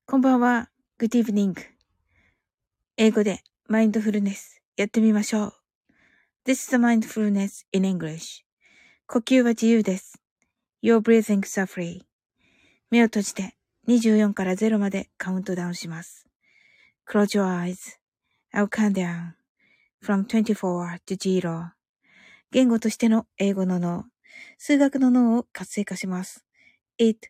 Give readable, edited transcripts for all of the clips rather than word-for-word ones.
こんばんは。Good evening. 英語でマインドフルネスやってみましょう。This is the mindfulness in English. 呼吸は自由です。Your breathing is free. 目を閉じて24から0までカウントダウンします。Close your eyes. I'll count down from 24 to 0. 言語としての英語の脳、数学の脳を活性化します。It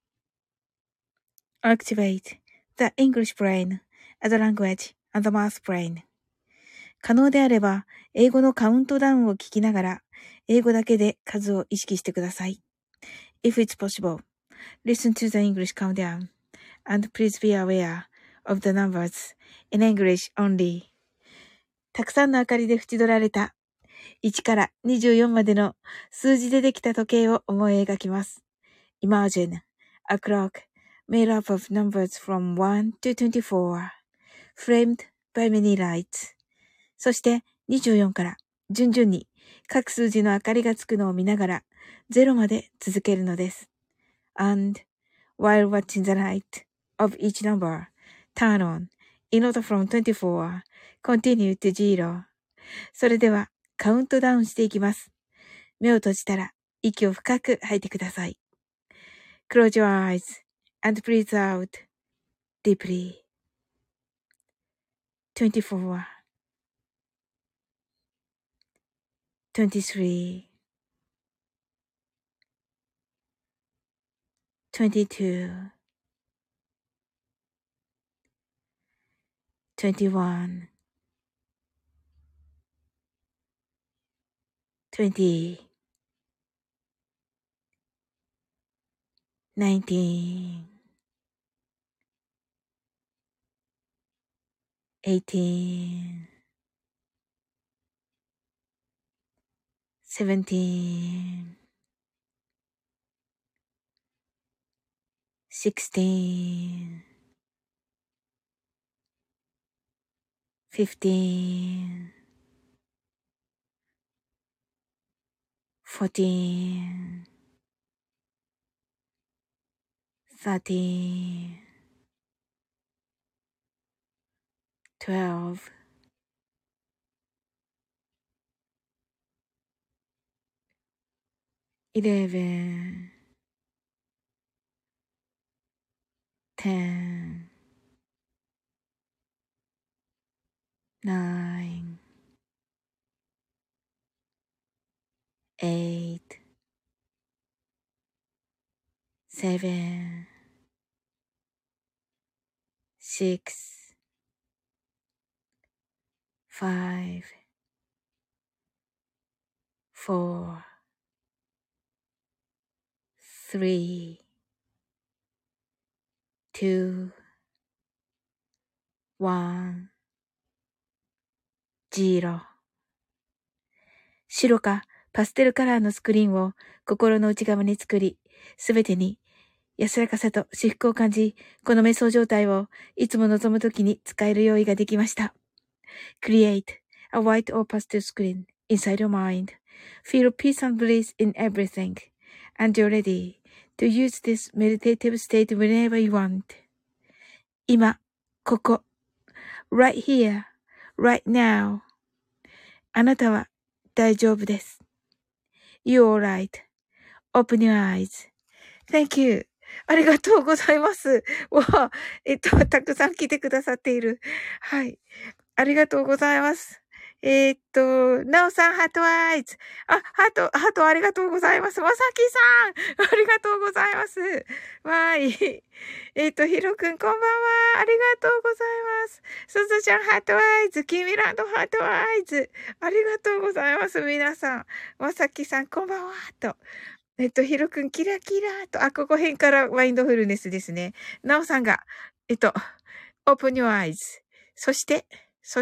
activates the English brain as a language and the math brain. 可能であれば、英語のカウントダウンを聞きながら、英語だけで数を意識してください。If it's possible, listen to the English countdown, and please be aware of the numbers in English only. たくさんの明かりで縁取られた1から24までの数字でできた時計を思い描きます。Imagine a clock made up of numbers from 1 to 24, framed by many lights.そして24から順々に各数字の明かりがつくのを見ながら0まで続けるのです。And while watching the light of each number turn on in order from 24 continue to 0. それではカウントダウンしていきます。目を閉じたら息を深く吐いてください。Close your eyes and breathe out deeply. 24 23 22 21 20 19 18 17 16 15 14 13 12 11 10 9 8 7 6 5 4 3 2 1 0。白かパステルカラーのスクリーンを心の内側に作り、すべてに安らかさと至福を感じ、この瞑想状態をいつも望むときに使える用意ができました。Create a white or pastel screen inside your mind. Feel peace and bliss in everything. And you're ready to use this meditative state whenever you want. 今、ここ、right here, right now. あなたは大丈夫です。You're alright.Open your eyes. Thank you. ありがとうございます。わあ、たくさん来てくださっている。はい。ありがとうございます。なおさん、ハートアイズ。あ、ハートありがとうございます。まさきさん、ありがとうございます。わーい。ひろくん、こんばんは。ありがとうございます。すずちゃん、ハートアイズ。キミランド、ハートアイズ。ありがとうございます。皆さん。まさきさん、こんばんは。と。ひろくん、キラキラと。あ、ここ辺からマインドフルネスですね。なおさんが、open your eyes。そして、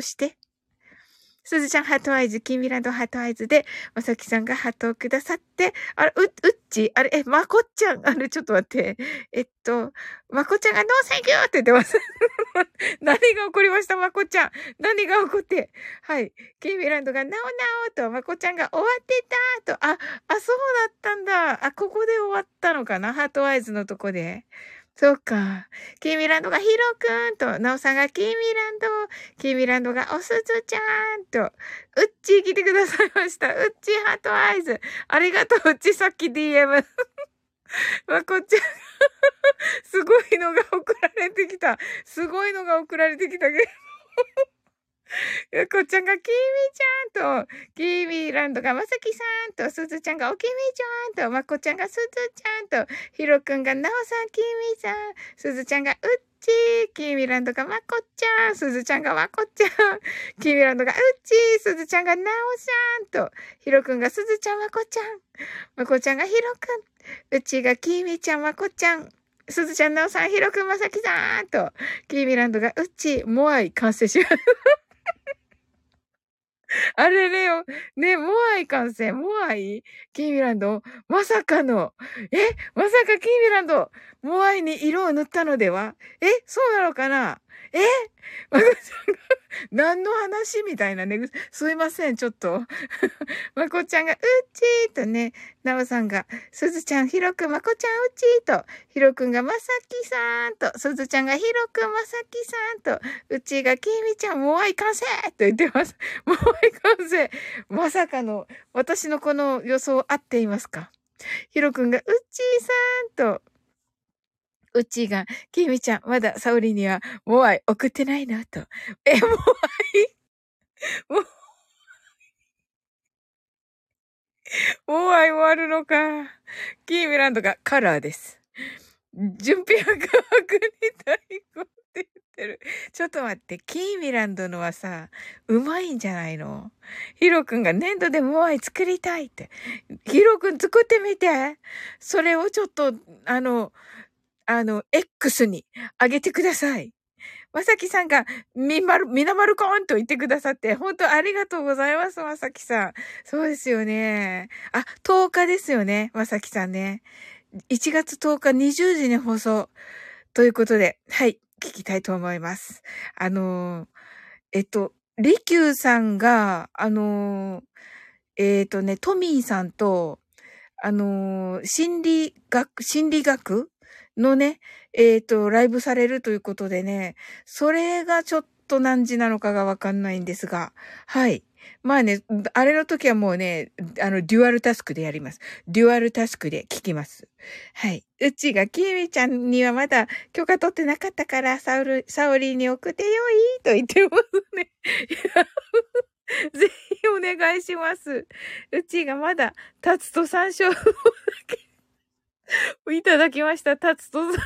すずちゃんハートアイズ、キンミランドハートアイズで、まさきさんがハートをくださって、あれ、うっちあれ、まこっちゃん、ちょっと待って。まこっちゃんがノーサンキューって言ってます。何が起こりました、まこっちゃん。何が起こって。はい。キンミランドが、なおなおと、まこっちゃんが終わってたと、そうだったんだ。ここで終わったのかな、ハートアイズのとこで。 そうか。キーミランドがヒロくんと、ナオさんがキーミランド、キーミランドがおすずちゃんと、うっちー来てくださいました。うっちーハートアイズ。ありがとう、うっちーさっき DM。まこっちゃん、すごいのが送られてきた。すごいのが送られてきたけど。こっちゃんがキーミちゃんと、キーミランドがまさきさんと、すずちゃんがおきみちゃんと、まこちゃんがすずちゃんと、ひろくんがなおさん、キーミさん、すずちゃんがうっちー、キーミランドがまこちゃん、すずちゃんがまこちゃん、キーミランドがうっちー、すずちゃんがなおさんと、ひろくんがすずちゃん、まこちゃん、まこちゃんがひろくん、うちがキーミちゃん、まこちゃん、すずちゃん、なおさん、ひろくん、まさきさんと、キーミランドがうっちー、モアイ、完成します。あれれよ。ね、モアイ完成。モアイキーミランドまさかの。まさかキーミランド、モアイに色を塗ったのでは？そうなのかな？まこちゃんが、何の話みたいなね。すいません、ちょっと。まこちゃんが、うっちーとね、なおさんが、すずちゃん、ひろくん、まこちゃん、うっちーと、ひろくんがまさきさんと、すずちゃんがひろくん、まさきさんと、うちがきみちゃん、もうあい完成と言ってます。もうあい完成。まさかの、私のこの予想合っていますか？ひろくんが、うっちーさんと、うちが、きみちゃん、まだサオリには、もうあい送ってないのと。もうあい、もう、もうあい終わるのか。キーミランドがカラーです。純平が白に対抗って言ってる。ちょっと待って、キーミランドのはさ、うまいんじゃないの？ヒロくんが粘土でモアイ作りたいって。ヒロくん作ってみて。それをちょっと、X にあげてください。まさきさんが、みなまるコーンと言ってくださって、本当ありがとうございます、まさきさん。そうですよね。あ、10日ですよね、まさきさんね。1月10日20時に放送。ということで、はい、聞きたいと思います。りきゅうさんが、トミーさんと、心理学のね、ライブされるということでね、それがちょっと何時なのかがわかんないんですが、はい。まあね、あれの時はもうね、デュアルタスクでやります。デュアルタスクで聞きます。はい。うちがキミちゃんにはまだ許可取ってなかったから、サオリーに送ってよいと言ってますね。ぜひお願いします。うちがまだ、タツと山椒だけいただきました。タツと山椒。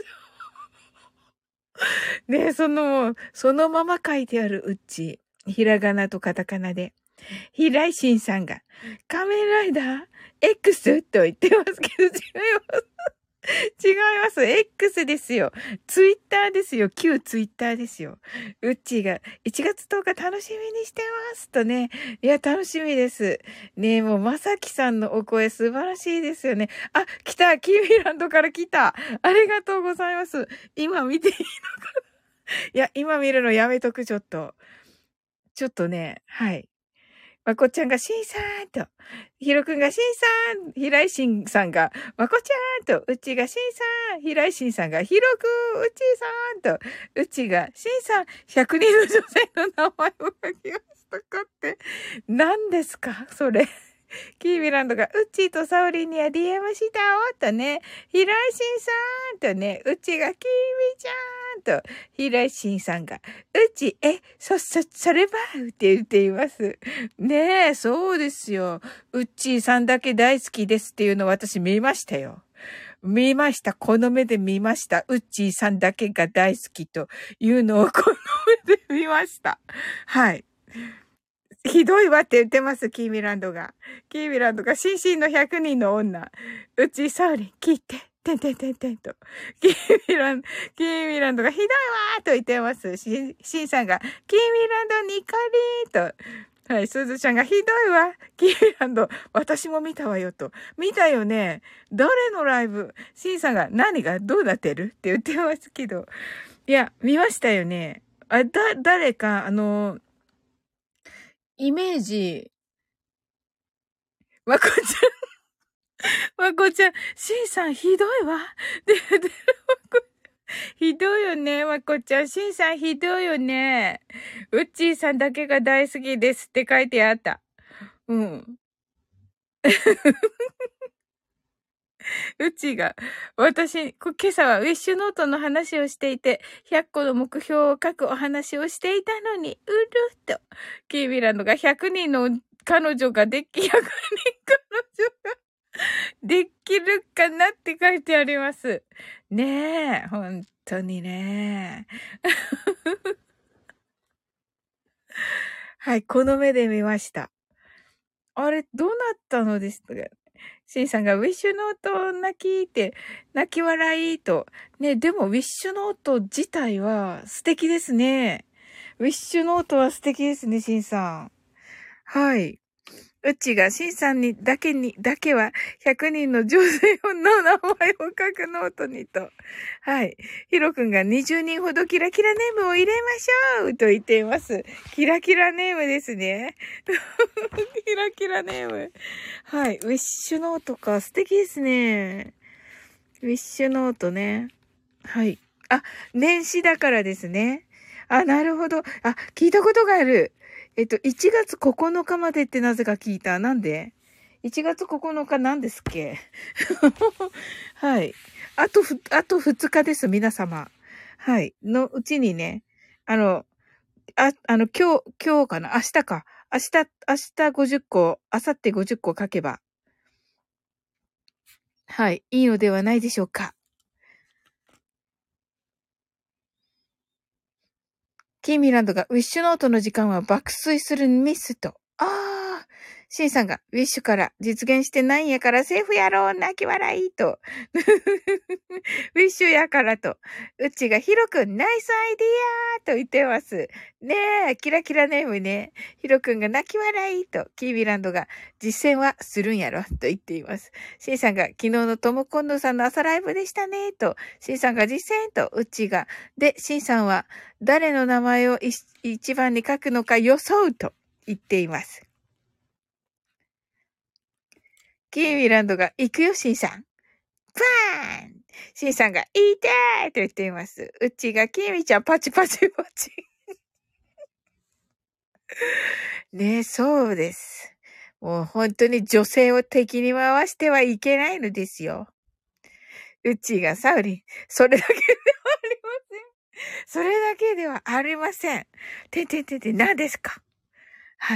ねえ、そのまま書いてあるうち。ひらがなとカタカナで。平井慎さんが、仮面ライダー X? と言ってますけど、違います。違います。X ですよ。ツイッターですよ。旧ツイッターですよ。うっちーが1月10日楽しみにしてますとね。いや、楽しみです。ねえ、もうまさきさんのお声素晴らしいですよね。あ、来た。キーミランドから来た。ありがとうございます。今見ていいのかな？いや、今見るのやめとく、ちょっと。ちょっとね、はい。まこちゃんがしんさんと、ひろくんがしんさん、ひらいしんさんが、まこちゃんと、うちがしんさん、ひらいしんさんが、ひろくん、うちさんと、うちがしんさん、100人の女性の名前を書きましたかって、何ですかそれ。キーミランドが、うっちーとサオリンには DM したおとね、平井しんさんとね、うちがキーミちゃんと、平井しんさんが、うち、そればって言っています。ねえ、そうですよ。うっちーさんだけ大好きですっていうのを私見ましたよ。見ました。この目で見ました。うっちーさんだけが大好きというのをこの目で見ました。はい。ひどいわって言ってます、キーミランドが。キーミランドが、シンシンの100人の女。うち、サウリン、聞いて。てんてんてんてんと。キーミランドがひどいわーと言ってます。シンさんが、キーミランドニカリーと。はい、すずちゃんがひどいわ。キーミランド、私も見たわよと。見たよね。誰のライブ？シンさんが何がどうなってるって言ってますけど。いや、見ましたよね。誰か、イメージ、まこちゃんまこちゃん、しんさんひどいわ。で、ひどいよね、まこちゃん。しんさんひどいよね。うっちーさんだけが大好きですって書いてあった。うん。うちが、今朝はウィッシュノートの話をしていて、100個の目標を書くお話をしていたのに、うるっと。キービランドが100人の彼女が100人彼女ができるかなって書いてあります。ねえ、本当にね。はい、この目で見ました。あれ、どうなったのですか？シンさんがウィッシュノート泣きって、泣き笑いと。ね、でもウィッシュノート自体は素敵ですね。ウィッシュノートは素敵ですね、シンさん。はい。うちが、シンさんだけは、100人の女性の名前を書くノートにと。はい。ヒロ君が20人ほどキラキラネームを入れましょうと言っています。キラキラネームですね。キラキラネーム。はい。ウィッシュノートか。素敵ですね。ウィッシュノートね。はい。あ、年始だからですね。あ、なるほど。あ、聞いたことがある。1月9日までってなぜか聞いた。なんで？ 1 月9日なんですっけ？はい。あと2日です、皆様。はい。のうちにね、あの、今日かな？明日か。明日50個、明後日50個書けば、はい、いいのではないでしょうか。キーミランドがウィッシュノートの時間は爆睡するミスと。ああ、シンさんがウィッシュから実現してないんやからセーフやろう、泣き笑いと。ウィッシュやからと。うちがヒロくんナイスアイディアと言ってます。ねえ、キラキラネームね。ヒロくんが泣き笑いと。キーミランドが実践はするんやろと言っています。シンさんが昨日のトモコンドさんの朝ライブでしたねと。シンさんが実践と。うちが。で、シンさんは誰の名前を一番に書くのか予想と言っています。キーミランドが行くよ、シンさん。パーンシンさんが言いたいと言っています。うちがキーミちゃんパチパチパチ。ねえ、そうです。もう本当に女性を敵に回してはいけないのですよ。うちがサウリン、それだけではありません。それだけではありません。何ですか？はい。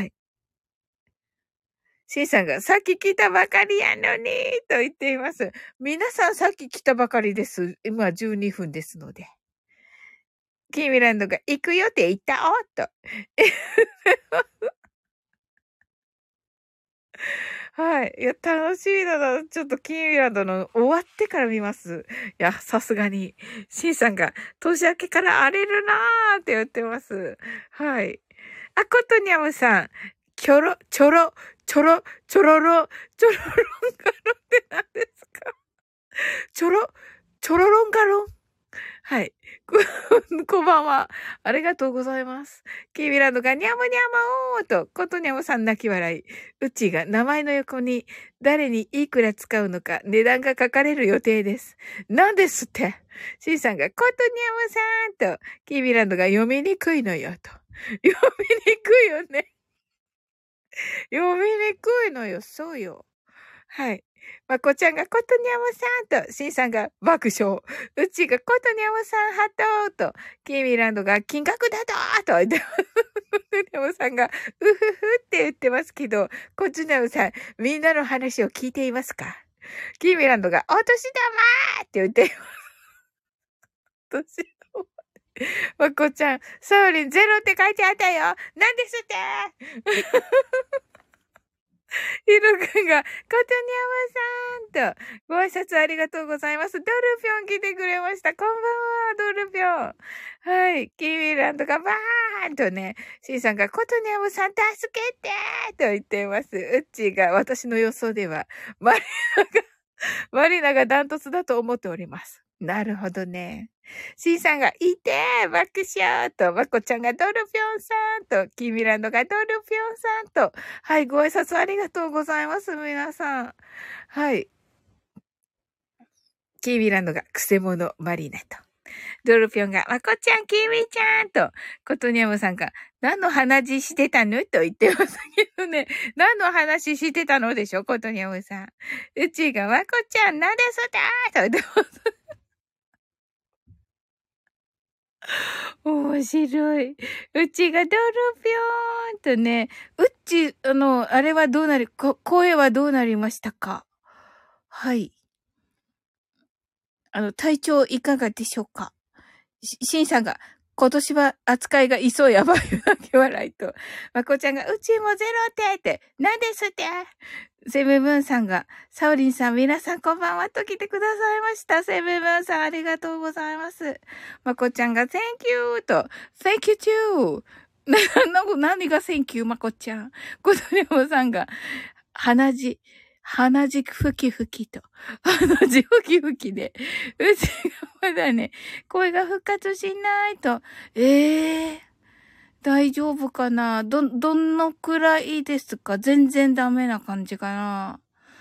シンさんが、さっき来たばかりやのに、と言っています。皆さんさっき来たばかりです。今12分ですので。キーミランドが行くよって言ったおっと。はい。いや、楽しみだな。ちょっとキーミランドの終わってから見ます。いや、さすがに。シンさんが、年明けから荒れるなーって言ってます。はい。あことにゃむさん、ちょろ、ちょろ、ちょろ、ちょろろ、ちょろろんがろって何ですか？ちょろ、ちょろろんがろん。はい。こんばんは。ありがとうございます。キーミランドがにゃむにゃまおーと、ことにゃむさん泣き笑い。うちが名前の横に誰にいくら使うのか値段が書かれる予定です。なんですって。シンさんがことにゃむさんと、キーミランドが読みにくいのよと。読みにくいよね。読みにくいのよ。そうよ。はい。まこちゃんがことにゃむさんと、しんさんが爆笑。うちがことにゃむさんハットと、キーミランドが金額だと言ってます。ことにゃむさんが、うふふって言ってますけど、こちにゃむさん、みんなの話を聞いていますか？キーミランドが、お年玉って言っています。お年玉。まこちゃん、サウリンゼロって書いてあったよ。なんですってヒロ君が、ことにゃまさんと、ご挨拶ありがとうございます。ドルピョン来てくれました。こんばんは、ドルピョン。はい。キーミランドがバーンとね、シンさんが、ことにゃまさん助けてと言っています。うっちーが、私の予想では、マリナがダントツだと思っております。 なるほどね。シンさんが、いてー爆笑と、まこちゃんがドルピョンさんと、キーミランドがドルピョンさんと、はい、ご挨拶ありがとうございます、皆さん。はい。キーミランドが、くせ者マリナと。ドルピョンが、まこちゃん、キミちゃんと、コトニャムさんが、何の話してたのと言ってますけどね。何の話してたのでしょコトニャムさん。うちが、まこちゃん、なんでそだーと言ってます。面白い。うちがドルピョーンとね、うち、あれはどうなり、声はどうなりましたか？はい。体調いかがでしょうか？シンさんが、今年は扱いがいそうやばい泣き笑いと。まこちゃんが、うちもゼロって、なんですって。セブブンさんが、サオリンさん、皆さんこんばんはと来てくださいました。セブブンさん、ありがとうございます。まこちゃんが、Thank you と、Thank you too。何が Thank you まこちゃん。コトリモさんが、鼻血ふきふきと。鼻血ふきふきで。うちがまだね、声が復活しないと。大丈夫かな？どのくらいですか？全然ダメな感じかな。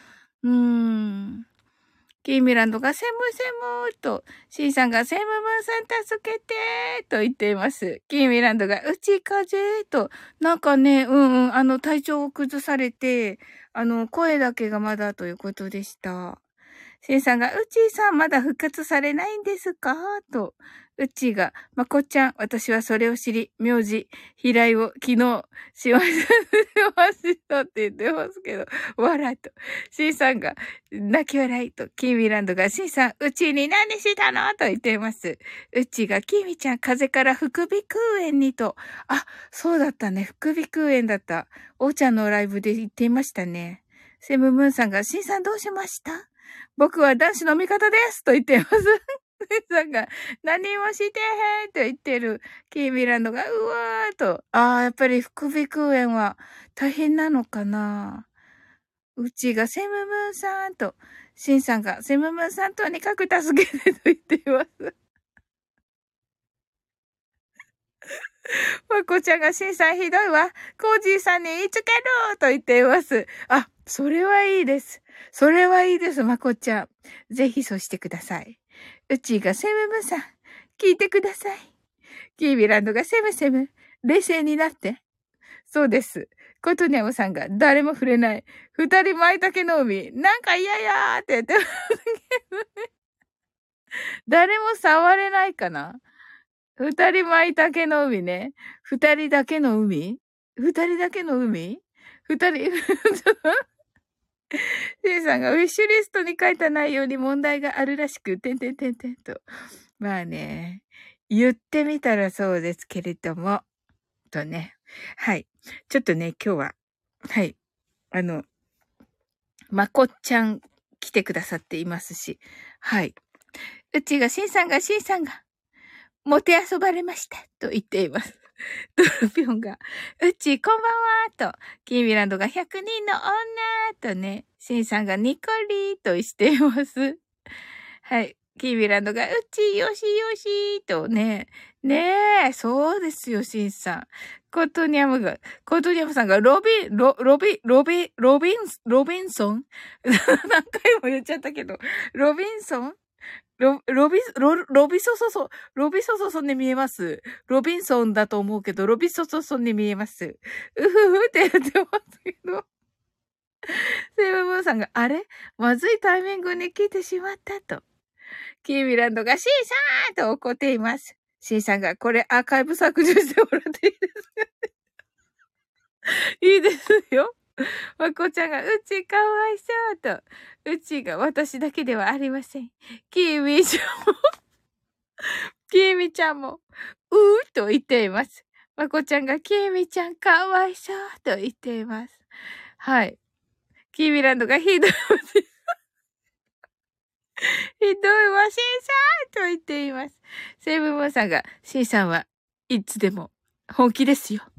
キーミランドがセムセムと、シーさんがセムムーさん助けてと言っています。キーミランドが内風と、なんかね、体調を崩されて、声だけがまだということでした。シンさんが、うちーさんまだ復活されないんですかと。うちーが、まこっちゃん、私はそれを知り、名字、平井を昨日、しましたって言ってますけど、笑いと。シンさんが、泣き笑いと、キーミランドが、シンさん、うちーに何したのと言っています。うちーが、キーミちゃん、風から副鼻腔炎にと。あ、そうだったね。副鼻腔炎だった。おーちゃんのライブで言っていましたね。セムムーンさんが、シンさんどうしました僕は男子の味方ですと言っています。さんが、何もしてへんと言ってる。キーミランドが、うわーと。やっぱり副鼻腔炎は大変なのかな。うちがセムムーンさんと、シンさんが、セムムーンさんとにかく助けてと言っています。まこちゃんが、シンさんひどいわ。コージーさんに言いつけろと言っています。あ、それはいいです。それはいいです、まこちゃん。ぜひそうしてください。うちがセムムさん、聞いてください。キービランドがセムセム、冷静になって。そうです。コトニャムさんが誰も触れない。二人舞茸の海。なんか嫌やーって言ってますけどね。誰も触れないかな？二人舞茸の海ね。二人だけの海？二人だけの海？二人、シンさんがウィッシュリストに書いた内容に問題があるらしく、てんてんてんてんと。まあね、言ってみたらそうですけれども、とね。はい。ちょっとね、今日は、はい。まこっちゃん来てくださっていますし、はい。うちが、しんさんが、もてあそばれました、と言っています。ドルピョンが、うち、こんばんは、と、キーミランドが100人の女、とね、シンさんがニコリーとしています。はい。キーミランドが、うち、よしよし、とね。ねえ、そうですよ、シンさん。コトニャムさんが、ロビンソン何回も言っちゃったけど、ロビンソンロビソソソンに見えます。ロビンソンだと思うけど、ロビソソソンに見えます。うふふって言ってますけど。セイムムーンさんが、あれまずいタイミングに来てしまったと。キーミランドが C さんと怒っています。C さんが、これアーカイブ削除してもらっていいですか？いいですよ。まこちゃんが、うちかわいそうと。うちが私だけではありません。キーミちゃんも、キーミちゃんも、と言っています。まこちゃんが、キーミちゃんかわいそうと言っています。はい。キーミランドがひどいひどいわ、シーさんと言っています。セイブモンさんが、シーさんはいつでも本気ですよ。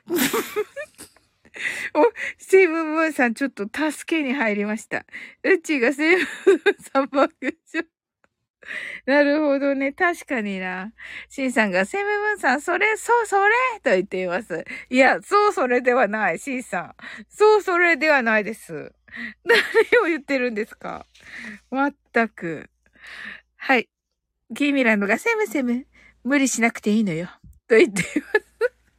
セイブモンさんちょっと助けに入りました。うちがセイブモンさん爆笑。 なるほどね。確かにな。シンさんが、セブブンさん、それ、そう、それと言っています。いや、そう、それではない。シンさん。そう、それではないです。何を言ってるんですか？まったく。はい。キーミランドが、セムセム、無理しなくていいのよ。と言っています。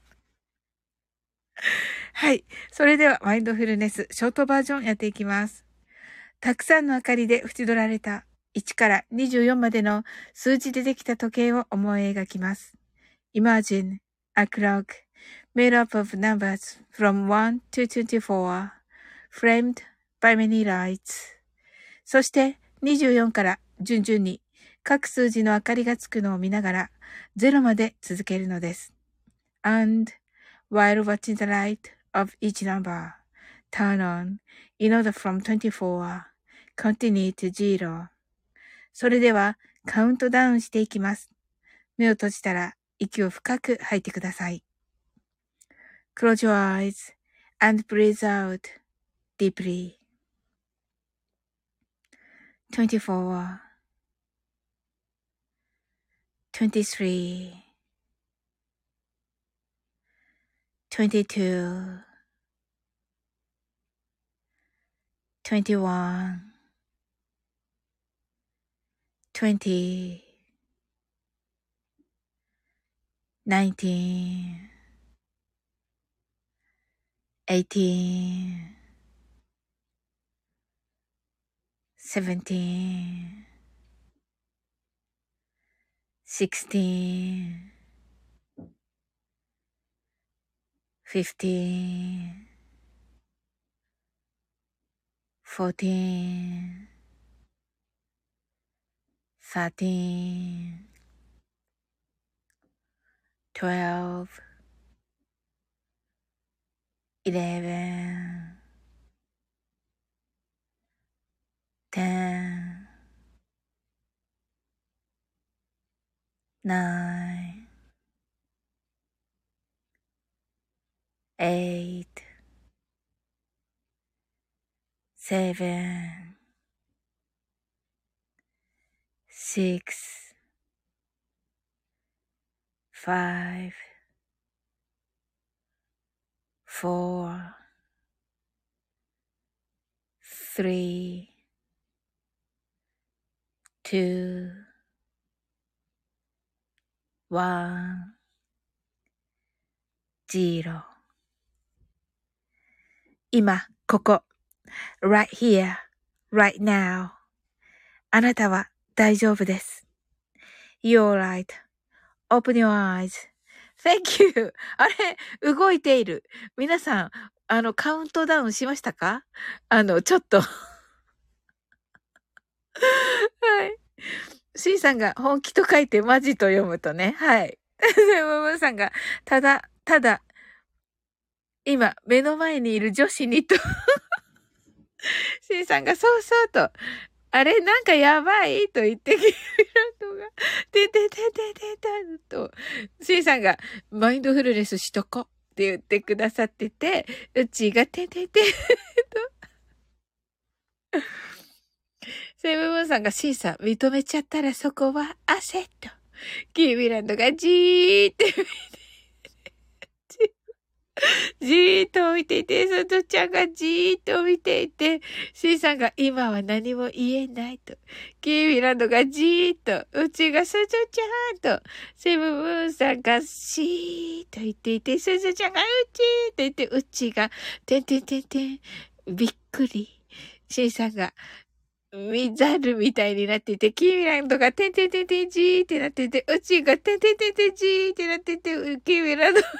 はい。それでは、マインドフルネス、ショートバージョンやっていきます。たくさんの明かりで縁取られた1から24までの数字でできた時計を思い描きます。Imagine a clock made up of numbers from 1 to 24, framed by many lights. そして24から順々に各数字の明かりがつくのを見ながら0まで続けるのです。And while watching the light of each number turn on in order from 24, continue to 0. それではカウントダウンしていきます。目を閉じたら息を深く吐いてください。Close your eyes and breathe out deeply. 24, 23, 22, 21, 20, 19, 18, 17, 16, 15, 14, 13, 12, 11, 10, 9, 8, 7, 6, 5, 4, 3, 2, 1, 0. 今、ここ。right here, right now. あなたは大丈夫です。You're right.Open your eyes.Thank you. あれ、動いている。皆さん、カウントダウンしましたか？ちょっと。はい。シンさんが本気と書いてマジと読むとね。はい。で、ムムさんが、ただ、今、目の前にいる女子にと。シンさんが、そうそうと。あれ、なんかやばいと言ってきるのが、と、シンさんが、マインドフルネスしとこって言ってくださってて、うちがと、セブブンさんがシンさん認めちゃったらそこは焦っと。キーミランドがじーってじーっと見ていて、スズちゃんがじーっと見ていて、シンさんが今は何も言えないと。キーミランドがじーっと、うちがスズちゃんと、セブブーンさんがしーっと言っていて、スズちゃんがうちーっと言って、うちが、てんてんてんてん、びっくり。シンさんが、見ざるみたいになっていて、キーミランドがてんてんてんてんじーってなっていて、うちがてんてんてんてんじーってなっていて、キーミランド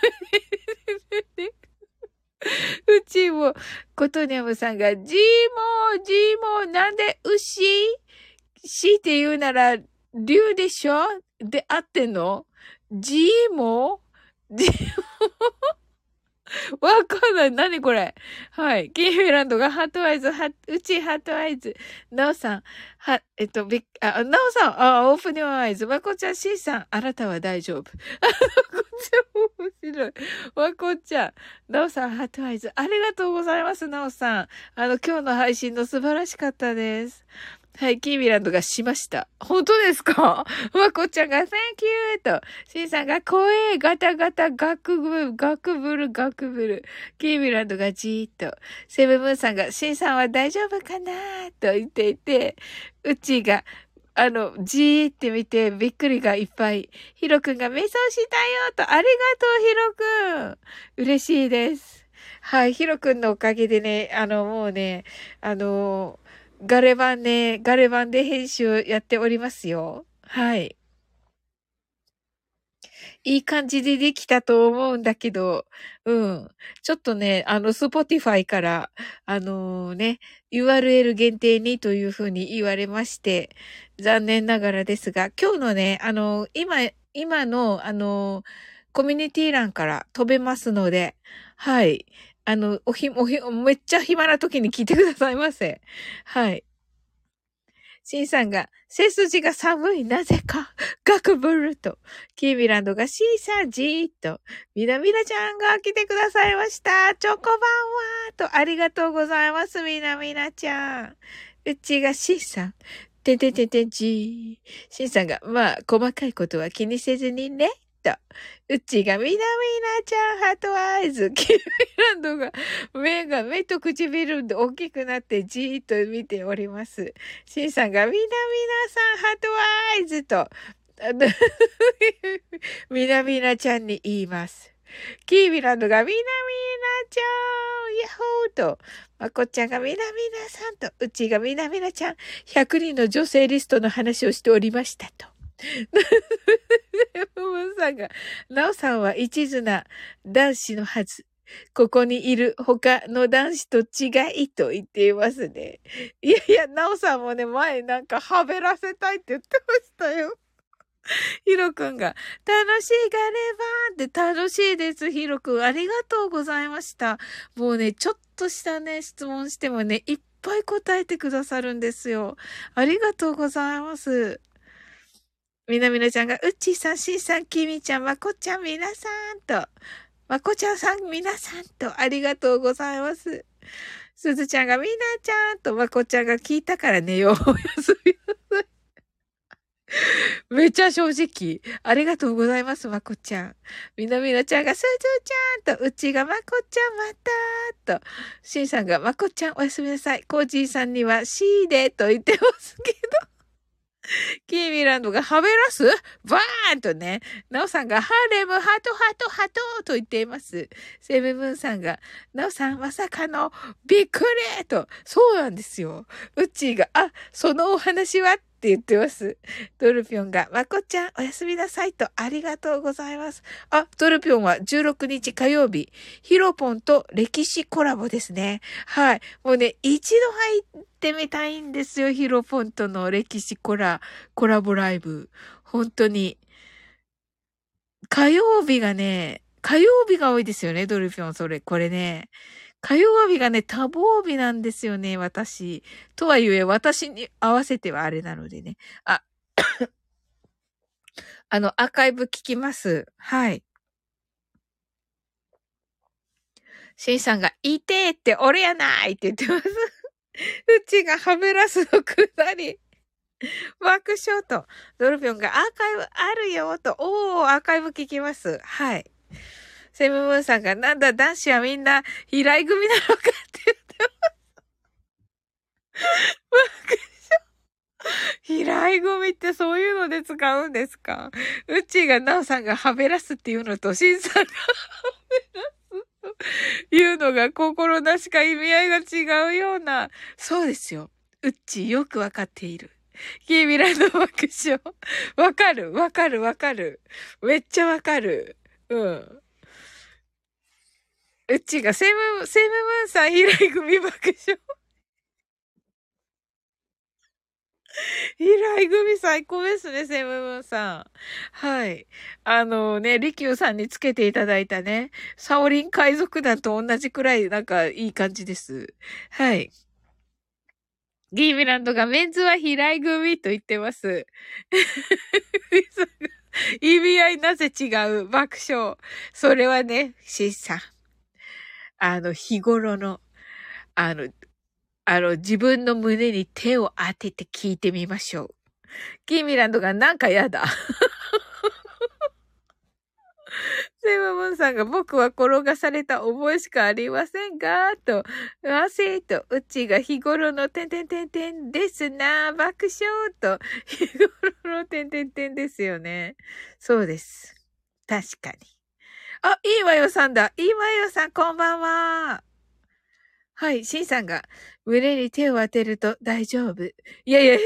うちも、コトニャムさんが、ジーモ、なんで牛しって言うなら、竜でしょで、合ってんの？ジーモジわかんない。何これ。はい。キーフィランドがハートアイズ、うちハートアイズ。ナオさん、ナオさん、オープニュアイズ。わこちゃん、シンさん、あなたは大丈夫。こっちも面白い。わこちゃん、ナオさん、ハートアイズ。ありがとうございます、ナオさん。今日の配信の素晴らしかったです。 はい、キーミランドがしました。本当ですか？まこちゃんが Thank you と、シンさんが声ガタガタガクブル。キーミランドがじーっと、セブブンさんがシンさんは大丈夫かなと言っていて、うちがじーって見てびっくりがいっぱい。ヒロくんが瞑想したよと、ありがとうヒロくん。嬉しいです。はい、ヒロくんのおかげでね、もうね、あの、ガレ版で編集やっておりますよ。はい。いい感じでできたと思うんだけど、うん。ちょっとね、Spotify から、URL 限定にというふうに言われまして、残念ながらですが、今日のね、今の、コミュニティ欄から飛べますので、はい。めっちゃ暇な時に聞いてくださいませ。はい。シンさんが、背筋が寒い、なぜか、ガクブルと、キーミランドがシーさんじーっと、ミラミラちゃんが来てくださいました。チョコバンはと、ありがとうございます、ミラミラちゃん。うちがシンさん、てんてんてんてんじー。シンさんが、まあ、細かいことは気にせずにね。と。うちがみなみなちゃんハートアイズ。キーミランドが目と唇で大きくなってじーっと見ております。シンさんがみなみなさんハートアイズと、みなみなちゃんに言います。キーミランドがみなみなちゃんヤッホーと、まこちゃんがみなみなさんと、うちがみなみなちゃん100人の女性リストの話をしておりましたと。ムさんが、なおさんは一途な男子のはず。ここにいる他の男子と違いと言っていますね。いやいや、なおさんもね、前なんかはべらせたいって言ってましたよ。ヒロくんが、楽しいガレバーって楽しいです、ヒロくん。ありがとうございました。もうね、ちょっとしたね、質問してもね、いっぱい答えてくださるんですよ。ありがとうございます。みなみなちゃんが、うっちーさん、しんさん、きみちゃん、まこちゃん、みなさんと、まこちゃんさん、みなさんと、ありがとうございます。すずちゃんが、みなちゃんと、まこちゃんが聞いたから寝よう。おやすみなさい。めっちゃ正直。ありがとうございます、まこちゃん。みなみなちゃんが、すずちゃんと、うちがまこちゃんまたと、しんさんが、まこちゃんおやすみなさい。コージーさんには、シーでと言ってますけど。キーミランドがはべらすバーンとね、ナオさんがハーレム、ハト、ハト、ハトと言っています。セブブンさんが、ナオさんまさかのびっくりと、そうなんですよ。ウッチーが、あ、そのお話はって言ってます。ドルピョンが、まこちゃんおやすみなさいとありがとうございます。あ、ドルピョンは16日火曜日、ヒロポンと歴史コラボですね。はい。もうね、一度入ってみたいんですよ。ヒロポンとの歴史コラボライブ。本当に。火曜日が多いですよね、ドルフィン、これね。火曜日がね、多忙日なんですよね、私。とはいえ、私に合わせてはあれなのでね。あ、アーカイブ聞きます。はい。シンさんが、いてーって俺やないって言ってます。うちがはべらすのくだり。爆笑と、ドルフィンがアーカイブあるよと、アーカイブ聞きます。はい。セムムーンさんが、なんだ、男子はみんな、平井組なのかって言ってます。平井組ってそういうので使うんですか？うちが、なおさんがはべらすっていうのと、しんさんがはべらすというのが心なしか意味合いが違うような。そうですよ。うっちよくわかっている。キーミランド爆笑。わかる。めっちゃわかる。うん。うちがセムムーンさん、平井組爆笑。平井組最高ですね、セムムーンさん。はい。リキューさんにつけていただいたね、サオリン海賊団と同じくらい、なんか、いい感じです。はい。ギーミランドがメンズは平井組と言ってます。意味合いなぜ違う爆笑。それはね、シンさん。日頃の、あの、 自分の胸に手を当てて聞いてみましょう。キーミランドがなんかやだ。セイムムーンさんが僕は転がされた覚えしかありませんが、と、うちが日頃のてんてんてんてんですな、爆笑と、日頃のてんてんてんですよね。そうです。確かに。あ、いいわよさんだ。いいわよさん、こんばんは。はい、シンさんが、胸に手を当てると大丈夫。いやいや、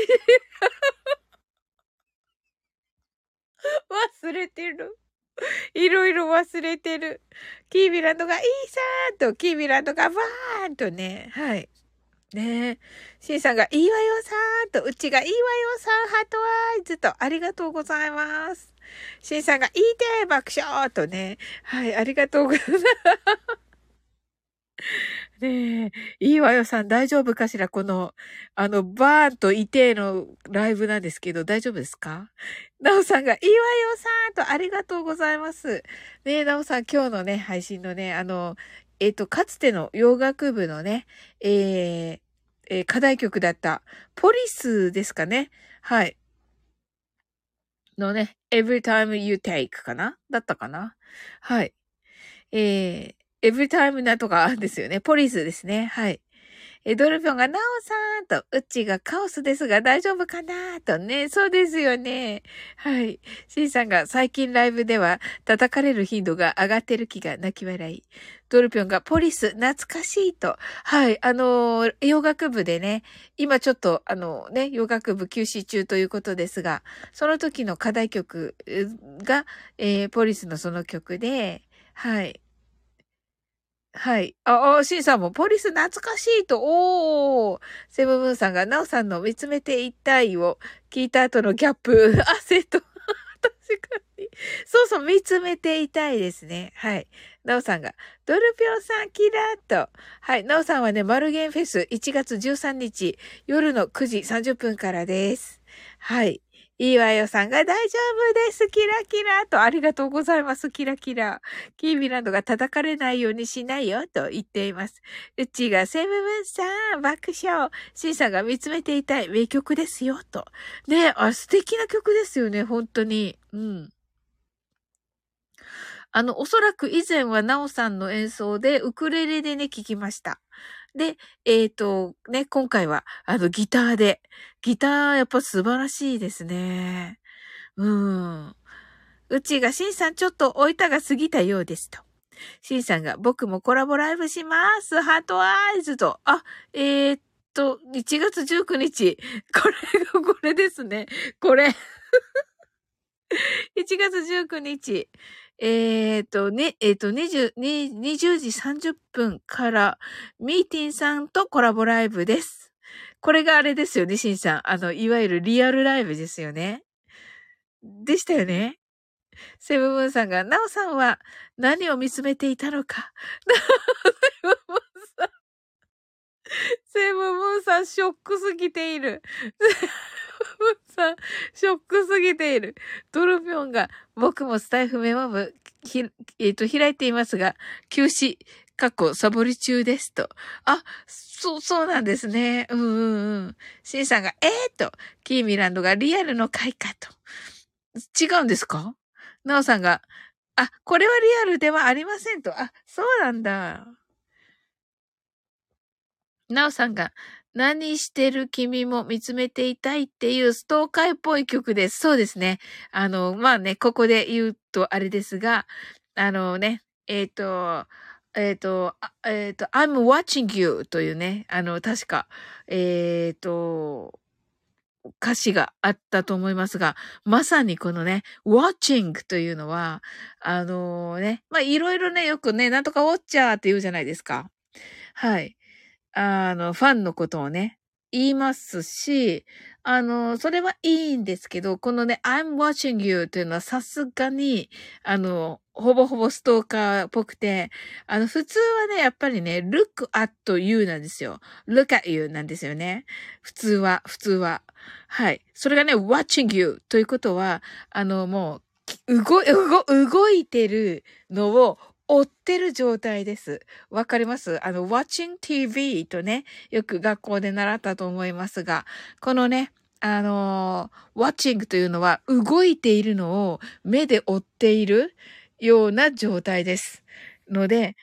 忘れてる。いろいろ忘れてる。キービランドがいいさーと、キービランドがバーンとね、はい。ねえ。シンさんがいいわよさーと、うちがいいわよさー、ハートワイズと、ありがとうございます。シンさんがいいてー、爆笑とね、はい、ありがとうございます。ねえ、いいわよさん大丈夫かしらこの、バーンといてーのライブなんですけど、大丈夫ですか？なおさんが、いいわよさんとありがとうございます。ねえ、なおさん今日のね、配信のね、かつての洋楽部のね、課題曲だった、ポリスですかね。はい。のね、Every Time You Take かなだったかな。はい。Every Time なんとかですよね。ポリスですね。はい。ドルピョンが、ナオさんと、うちがカオスですが大丈夫かなとね。そうですよね。はい。シンさんが、最近ライブでは叩かれる頻度が上がってる気が泣き笑い。ドルピョンが、ポリス、懐かしいと。はい。洋楽部でね、今ちょっと、洋楽部休止中ということですが、その時の課題曲が、ポリスのその曲で、はい。はい。シンさんもポリス懐かしいと、セブブンさんがナオさんの見つめていたいを聞いた後のギャップ、汗と、確かに。そうそう、見つめていたいですね。はい。ナオさんが、ドルピョンさんキラーと。はい。ナオさんはね、マルゲンフェス1月13日夜の9時30分からです。はい。いいわよさんが大丈夫です。キラキラと、ありがとうございます。キラキラ。キーミランドが叩かれないようにしないよと言っています。うちがセブブンさん、爆笑。シンさんが見つめていたい名曲ですよと。ねえ、素敵な曲ですよね、本当に。うん。おそらく以前はナオさんの演奏でウクレレでね、聴きました。で、ね、今回は、ギターで。ギター、やっぱ素晴らしいですね。うん。うちが、シンさんちょっとおいたが過ぎたようですと。シンさんが、僕もコラボライブします。ハートアイズと。1月19日。これがこれですね。これ。1月19日。20時30分から、ミーティンさんとコラボライブです。これがあれですよね、シンさん。いわゆるリアルライブですよね。でしたよね。セブブンさんが、ナオさんは何を見つめていたのか。セブブンさん、セブブンさん、ショックすぎている。セブブンさん、ショックすぎている。ドルピョンが、僕もスタイフメモ部、開いていますが、休止、サボり中ですと。そうなんですね。シンさんが、と、キーミランドがリアルの回かと。違うんですか？ナオさんが、これはリアルではありませんと。そうなんだ。ナオさんが、何してる君も見つめていたいっていうストーカーっぽい曲です。そうですね。まあね、ここで言うとあれですが、ね、I'm watching you というね、確か、歌詞があったと思いますが、まさにこのね、watching というのは、まあ、いろいろね、よくね、なんとかウォッチャーって言うじゃないですか。はい。ファンのことをね、言いますし、それはいいんですけど、このね、I'm watching you というのはさすがに、ほぼほぼストーカーっぽくて、普通はね、やっぱりね、look at you なんですよ。look at you なんですよね。普通は。はい。それがね、watching you ということは、もう、動いてるのを追ってる状態です。わかります？watching TV とね、よく学校で習ったと思いますが、このね、watching というのは動いているのを目で追っているような状態です。ので、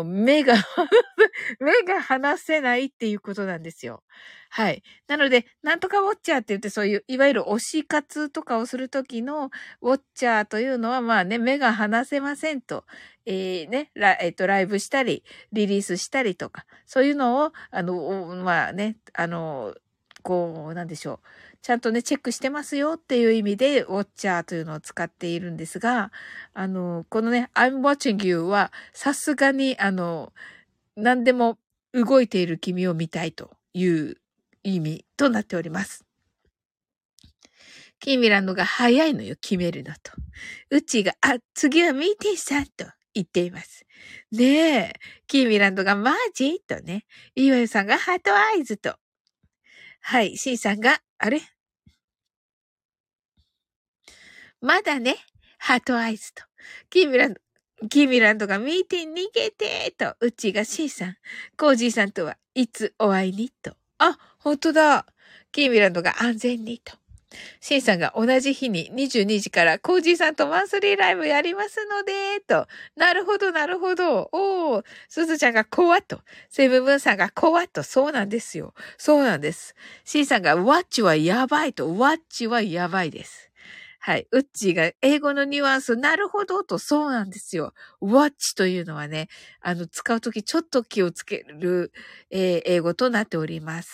目が離せないっていうことなんですよ。はい。なので、なんとかウォッチャーって言って、そういう、いわゆる推し活とかをするときのウォッチャーというのは、まあね、目が離せませんと。ライブしたり、リリースしたりとか、そういうのを、まあね、なんでしょう。ちゃんとね、チェックしてますよっていう意味で、ウォッチャーというのを使っているんですが、このね、I'm watching you は、さすがに、何でも動いている君を見たいという意味となっております。キーミランドが早いのよ、決めるのと。うちが、次はミーティンさんと言っています。ねえ、キーミランドがマジとね、イワヨさんがハートアイズと。はい、シーさんが、あれまだね、ハートアイズと。キーミランドがミーティン逃げてと、うちがシーさん、コージーさんとはいつお会いにと。あ、ほんとだ。キーミランドが安全にと。シンさんが同じ日に22時からコージーさんとマンスリーライブやりますので、と。なるほど、なるほど。おー、すずちゃんが怖と。セブブンさんが怖と。そうなんですよ。そうなんです。シンさんがワッチはやばいと。ワッチはやばいです。はい。ウッチーが英語のニュアンス、なるほどと、そうなんですよ。ワッチというのはね、使うときちょっと気をつける、英語となっております。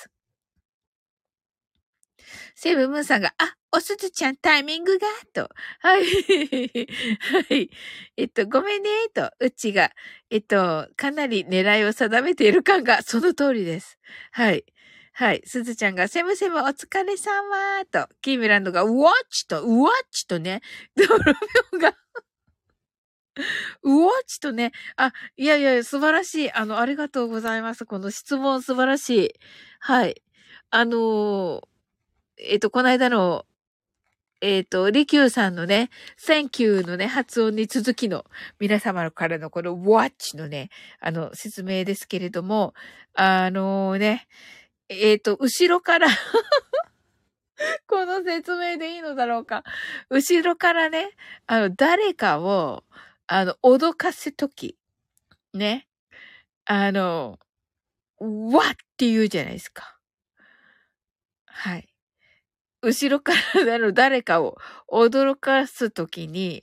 セブンムーンさんが、おすずちゃんタイミングが、と。はい。はい。ごめんね、と。うちが、かなり狙いを定めている感が、その通りです。はい。はい。すずちゃんが、セムセムお疲れ様、と。キーミランドが、ウォッチとね。ドロミョンが、ウォッチとね。いやいや、素晴らしい。ありがとうございます。この質問素晴らしい。はい。この間の、リキューさんのね、Thank you のね、発音に続きの皆様からのこの Watch のね、説明ですけれども、後ろからこの説明でいいのだろうか。後ろからね、誰かを、脅かすとき、ね、わって言うじゃないですか。はい。後ろから誰かを脅かすときに、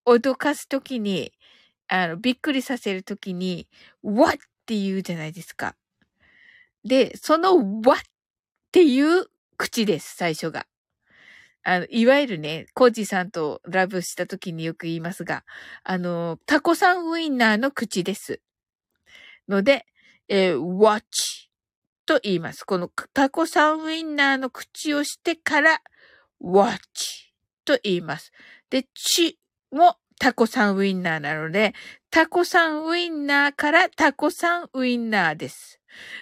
びっくりさせるときに、what って言うじゃないですか。で、その what っていう口です、最初が。いわゆるね、コージさんとラブしたときによく言いますが、タコさんウインナーの口です。ので、watch と言います。このタコさんウインナーの口をしてから、watch と言います。で、ちもタコさんウインナーなので、タコさんウインナーからタコさんウインナーです。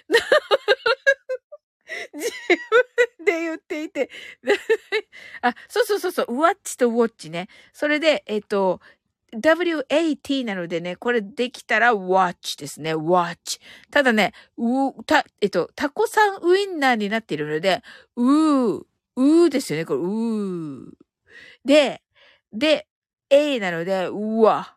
自分で言っていて。そう。ウォッチとウォッチね。それで、WAT なのでね、これできたら watch ですね。watch。ただね、タコさんウインナーになっているので、ですよね。これ、で、A なので、うわ。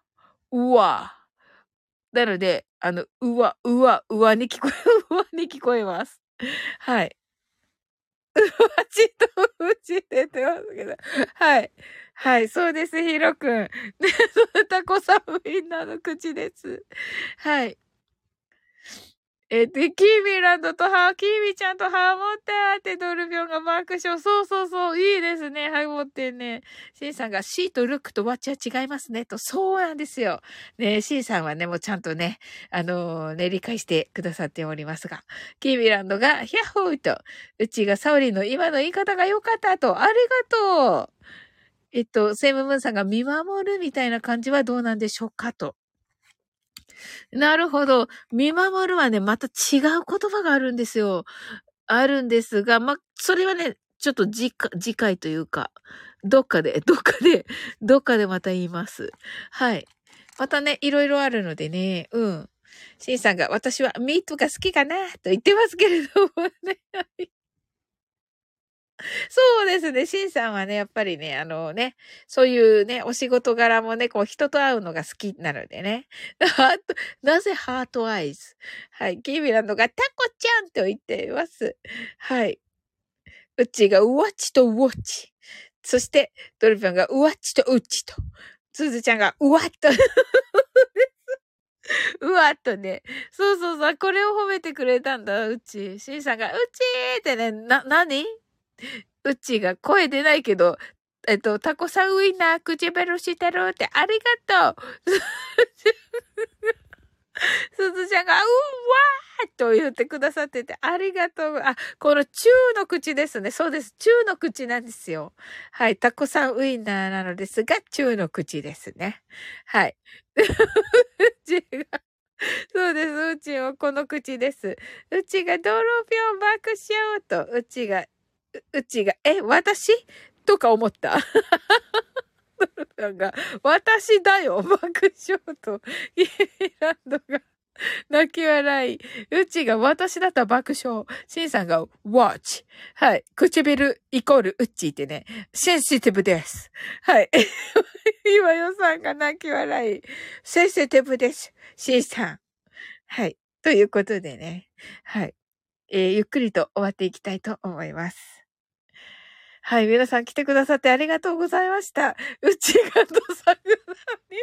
なので、うわに聞こえます。はい。ちとうちって言ってますけど。はい。はい、そうです、ヒロくん。で、タコさんウインナーの口です。はい。で、キーミランドとキーミちゃんとハモったってドルビョンが爆笑。そう、いいですね、ハモってね。シンさんがシーとルックとワッチは違いますね、と。そうなんですよ。ね、シンさんはね、もうちゃんとね、理解してくださっておりますが。キーミランドが、ヒャッホーと、うちがサオリンの今の言い方が良かったと。ありがとう。セイムムーンさんが見守るみたいな感じはどうなんでしょうかと。なるほど。見守るはね、また違う言葉があるんですよ。あるんですが、それはね、ちょっと次回というか、どっかでまた言います。はい。 またね、いろいろあるのでね、うん。シンさんが、私はミートが好きかな、と言ってますけれどもね。そうですね。シンさんはね、やっぱりね、そういうね、お仕事柄もね、こう、人と会うのが好きなのでね。なぜハートアイズ。はい。キーミランドがタコちゃんと言っています。はい。うっちーがウォッチとウォッチ。そして、ドルフィンがウワッチとウッチと。すずちゃんがウワッと、うわっとね。そうそうそう。これを褒めてくれたんだ、うち。しんさんが、うちーってね、何うちが声出ないけど、タコさんウインナー唇してるってありがとう。すずちゃんが、うわーと言ってくださってて、ありがとう。あ、この中の口ですね。そうです。中の口なんですよ。はい。タコさんウインナーなのですが、中の口ですね。はい。そうです。うちはこの口です。うちがドロピョン爆笑と、うちが、私とか思った。なんか、私だよ、爆笑と、イーランドが泣き笑い。うちが私だったら爆笑。シンさんが watch。はい。唇イコールうっちーってね、センシティブです。はい。岩代さんが泣き笑い。センシティブです。シンさん。はい。ということでね。はい。ゆっくりと終わっていきたいと思います。はい。皆さん来てくださってありがとうございました。うちがどさくさに、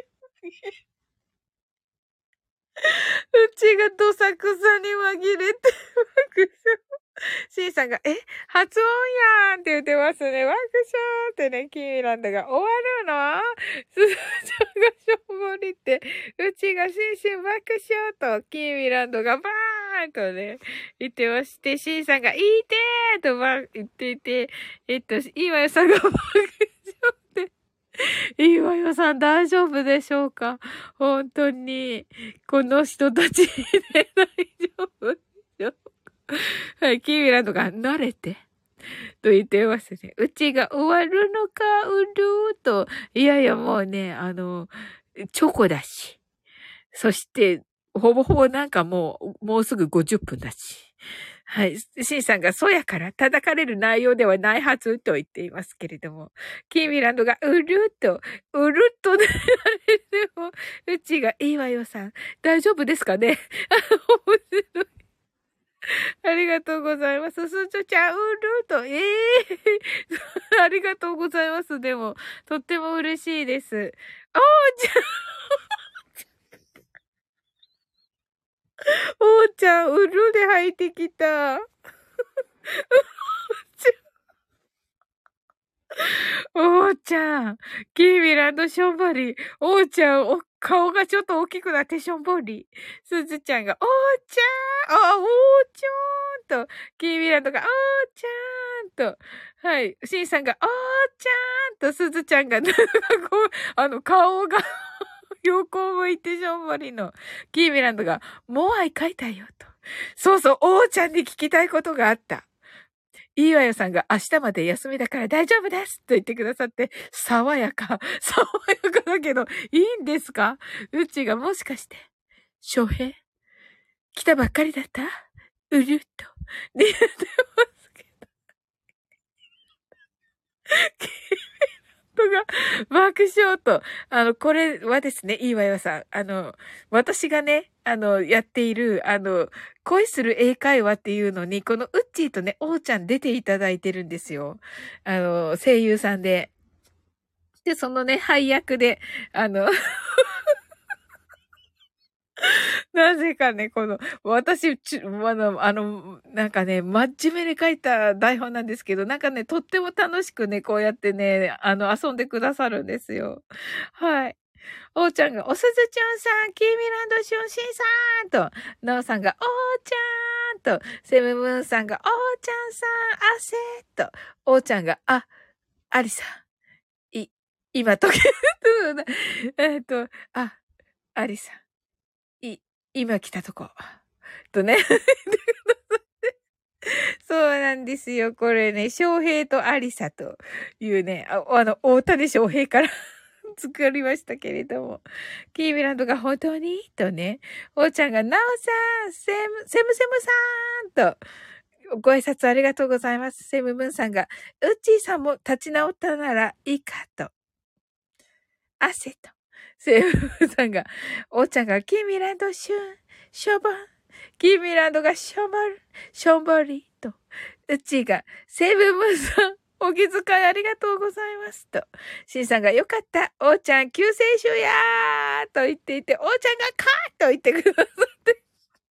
うちがどさくさに紛れて、爆笑。C さんが、発音やーんって言ってますね。爆笑ってね、キーランドが終わるのすずちゃんがしょんぼりって、うちがシンシン爆笑と、キーミランドがバーンとね、言ってまして、シンさんが、いいてーと言っていて、いいわよさんが爆笑って、いいわよさん大丈夫でしょうか本当に、この人たちで大丈夫でしょうはい、キーミランドが慣れて、と言ってますね。うちが終わるのか、うるーと。いやいや、もうね、チョコだし。そして、ほぼほぼなんかもうすぐ50分だし。はい。シンさんが、そうやから叩かれる内容ではないはずと言っていますけれども。キーミランドが、うるっとね、でも、うちが、いいわよさん、大丈夫ですかね面白い。ありがとうございます。すずちゃん、うると、ありがとうございます。でも、とっても嬉しいです。おーちゃん、おーちゃん、うるで入ってきた。おーちゃん、キーミランドションボリ。おーちゃん、顔がちょっと大きくなってションボリ。すずちゃんが、おーちゃん、おーちゃんと、キーミランドが、おーちゃんと、はい、シンさんが、おーちゃんと、すずちゃんが、なんかこう、顔が横を向いてションボリの、キーミランドが、もう愛書いたよと。そうそう、おーちゃんに聞きたいことがあった。いいわよさんが明日まで休みだから大丈夫ですと言ってくださって、爽やか。爽やかだけど、いいんですかうちがもしかして、翔平来たばっかりだったうるっと。ね、言ってますけどが爆笑と。これはですね、いいわよさん。私がね、やっている、恋する英会話っていうのに、このウッチーとね、おーちゃん出ていただいてるんですよ。声優さんで。で、そのね、配役で、あの、なぜかね、私、なんかね、真面目に書いた台本なんですけど、なんかね、とっても楽しくね、こうやってね、遊んでくださるんですよ。はい。おーちゃんが、おすずちゃんさん、キーミランドシュンシンさんと、なおさんが、おーちゃんと、セムムーンさんが、おーちゃんさん、汗と、おーちゃんが、ありさん、今時ありさん。今来たとこ。とね。そうなんですよ。これね、翔平とアリサというね、大谷翔平から作りましたけれども。キーミランドが本当にとね。おーちゃんが、なおさん、セムさんと、ご挨拶ありがとうございます。セムムーンさんが、うっちーさんも立ち直ったならいいかと。汗と。セムムーンさんが、おーちゃんが、キーミランドシュン、ショボン。キーミランドがションボリと。うちが、セブムーンさん、お気遣いありがとうございますと。シンさんが、よかった、おーちゃん救世主やーと言っていて、おーちゃんがカーと言ってくださって。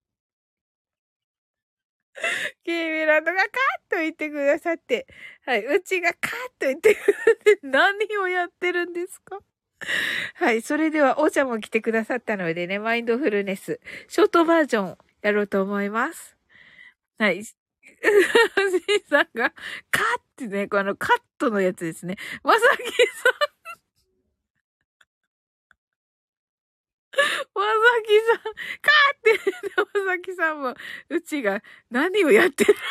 キーミランドがカーと言ってくださって。はい、うちがカーと言ってくださって、何をやってるんですか？はい、それでは、おーちゃんも来てくださったのでね、マインドフルネス、ショートバージョンやろうと思います。はい。シンさんが、カッってね、このカットのやつですね。まさきさん、まさきさん、カーってね、まさきさんも、うちが何をやってる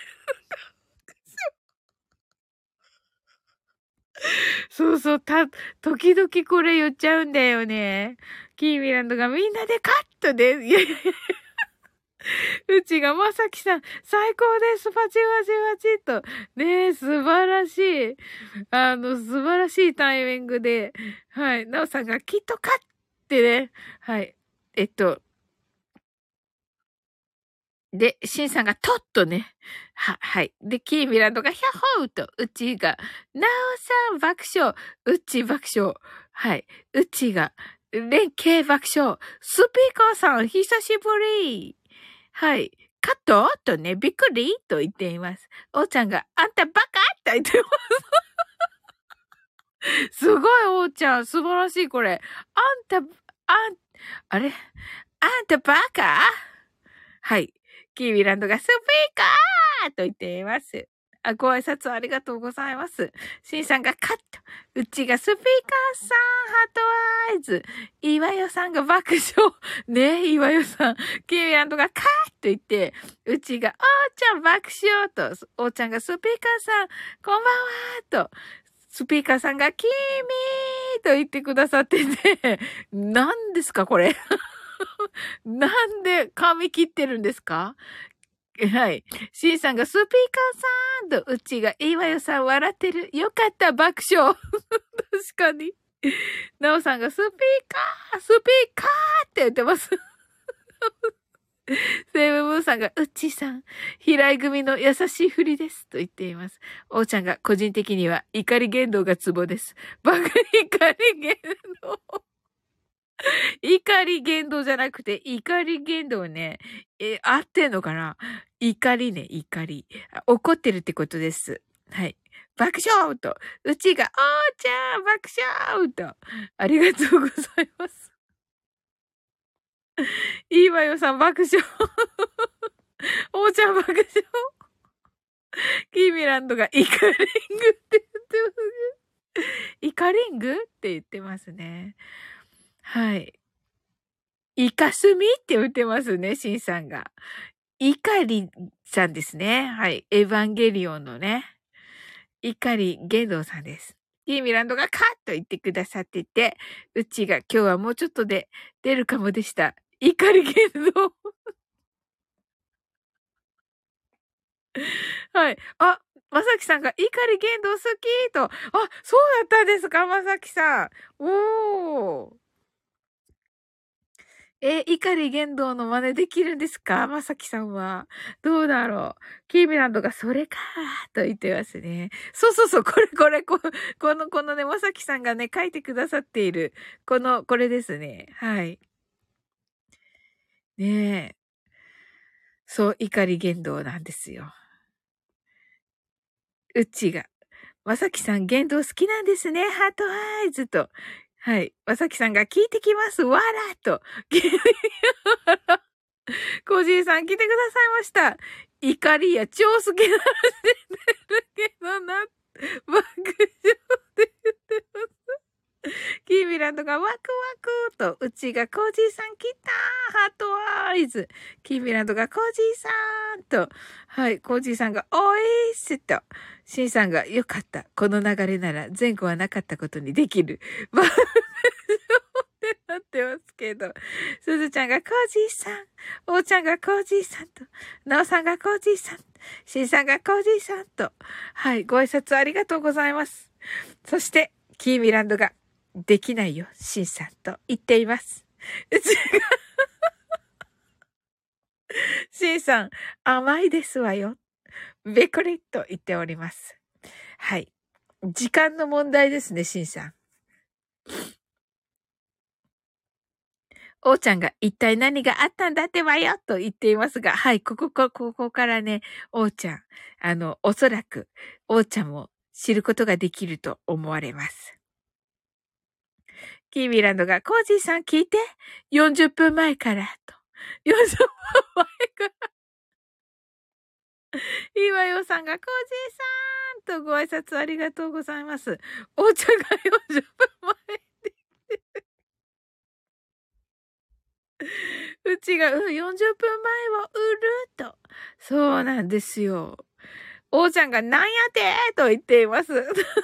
そうそう、時々これ言っちゃうんだよね。キーミランドがみんなでカットで、いやいやうちがまさきさん、最高です。パチパチパチと。ねえ、素晴らしい。素晴らしいタイミングで、はい。なおさんがきっと勝ってね。はい。で、シンさんがとっとね。はい。で、キーミランドがヒャッホーと、うちが、なおさん爆笑。うち爆笑。はい。うちが、連携爆笑。スピーカーさん、久しぶり。はい。カットとね、びっくりと言っています。おーちゃんが、あんたバカと言ってます。すごい、おーちゃん。素晴らしい、これ。あれあんたバカはい。キービランドがスピーカーと言っています。ご挨拶ありがとうございます。シンさんがカット。うちがスピーカーさん、ハートアイズ。岩代さんが爆笑。ねえ、岩代さん。キービランドがカーッと言って、うちが、おーちゃん爆笑と、おーちゃんがスピーカーさん、こんばんはと、スピーカーさんが、キーミーと言ってくださってて、何ですかこれ。なんで髪切ってるんですか？はい。シンさんがスピーカーさんと、うちがいいわよさん笑ってる。よかった、爆笑。確かに。なおさんがスピーカーって言ってます。セイムムーンさんが、うっちーさん、平井組の優しい振りです。と言っています。おーちゃんが、個人的には怒り言動がツボです。バグ怒り言動。怒り言動じゃなくて、怒り言動ね。合ってんのかな？怒りね、怒り。怒ってるってことです。はい。爆笑と、うちが、おーちゃん、爆笑と、ありがとうございます。いいわよさん、爆笑。おーちゃん、爆笑。キーミランドがイカリングって言ってます。イカリングって言ってますね。はい。イカスミって言ってますね、シンさんが。イカリさんですね。はい。エヴァンゲリオンのね。イカリゲドウさんです。キーミランドがカッと言ってくださってて、うちが今日はもうちょっとで出るかもでした。イカリゲドウ。はい。あ、まさきさんがイカリゲドウ好きと。あ、そうだったんですか、まさきさん。おー。怒玄道の真似できるんですかまさきさんは。どうだろう。キーミランドがそれかーと言ってますね。そうそうそう、このね、まさきさんがね、書いてくださっている、これですね。はい。ねえ。そう、怒り言動なんですよ。うちが。まさきさん、言動好きなんですね。ハートアイズと。はい。まさきさんが聞いてきます。わらと。コージーさん来てくださいました。怒りや超好きならしてるけどな、爆笑で言ってます。 キーミランドがワクワクと、うちがコージーさん来たーハートアイズ。キーミランドがコージーさんと、はい、コージーさんがおいっすと、シンさんがよかった。この流れなら前後はなかったことにできる。まあ、ってなってますけど。すずちゃんがコージーさん。おーちゃんがコージーさんと。なおさんがコージーさん。しんさんがコージーさんと。はい、ご挨拶ありがとうございます。そして、キーミランドが、できないよ、しんさんと言っています。うちが、しんさん、甘いですわよ。べこりと言っております。はい。時間の問題ですね、しんさん。おーちゃんが一体何があったんだってばよと言っていますが、はい、ここからね、おーちゃん、おそらく、おーちゃんも知ることができると思われます。キーミランドが、コージーさん聞いて !40 分前から、と。40分前から。岩代さんが、コージーさんとご挨拶ありがとうございます。おーちゃんが40分前。うちが、40分前を売ると。そうなんですよ。おーちゃんがなんやてーと言っています。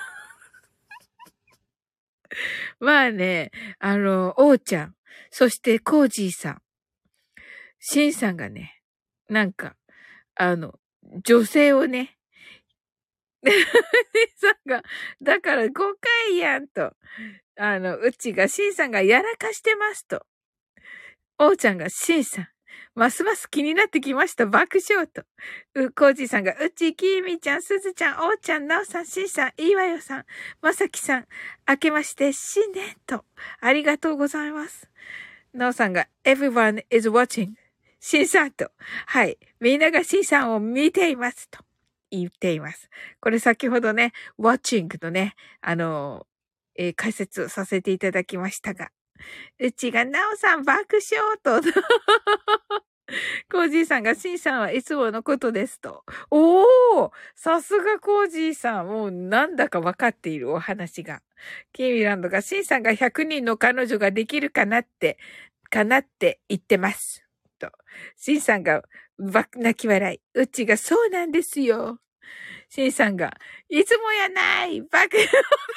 まあね、おーちゃん、そしてコージーさん、シンさんがね、なんか、女性をね、シンさんが、だから5回やんと、うちがシンさんがやらかしてますと。おーちゃんが、シンさん、ますます気になってきました。爆笑と。コージーさんが、うち、きーみちゃん、すずちゃん、おーちゃん、なおさん、シンさん、いいわよさん、まさきさん、明けまして、新年と。ありがとうございます。なおさんが、everyone is watching. シンさんと。はい。みんながシンさんを見ています。と言っています。これ先ほどね、watching のね、解説させていただきましたが、うちが、なおさん爆笑と、コージーさんが、シンさんはいつものことですと。おーさすがコージーさん。もうなんだかわかっているお話が。キーミランドが、シンさんが100人の彼女ができるかなって言ってます。と。シンさんが、泣き笑い。うちが、そうなんですよ。シンさんが、いつもやない爆笑。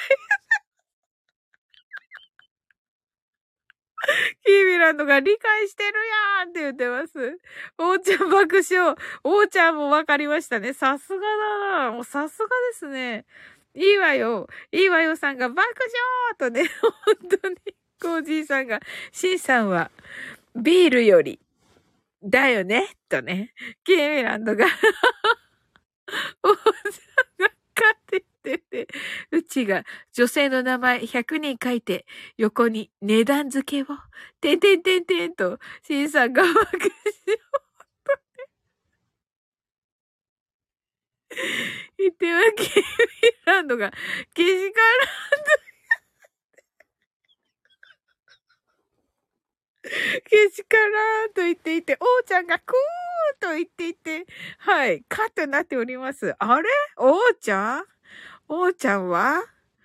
キーミランドが理解してるやんって言ってます。おーちゃん爆笑。おーちゃんもわかりましたね。さすがだな。もうさすがですね。いいわよ。いいわよさんが爆笑とね、本当に、コージーさんが、シンさんは、ビールより、だよね、とね、キーミランドがおじさんが勝って言ってて、うちが女性の名前100人書いて、横に値段付けを、てんてんてんてんと、シンさんが爆笑。言っては、キーミランドが、けしからけしからんと言っていて、おーちゃんがクーと言っていて、はい、カッとなっております。あれおーちゃんおーちゃんは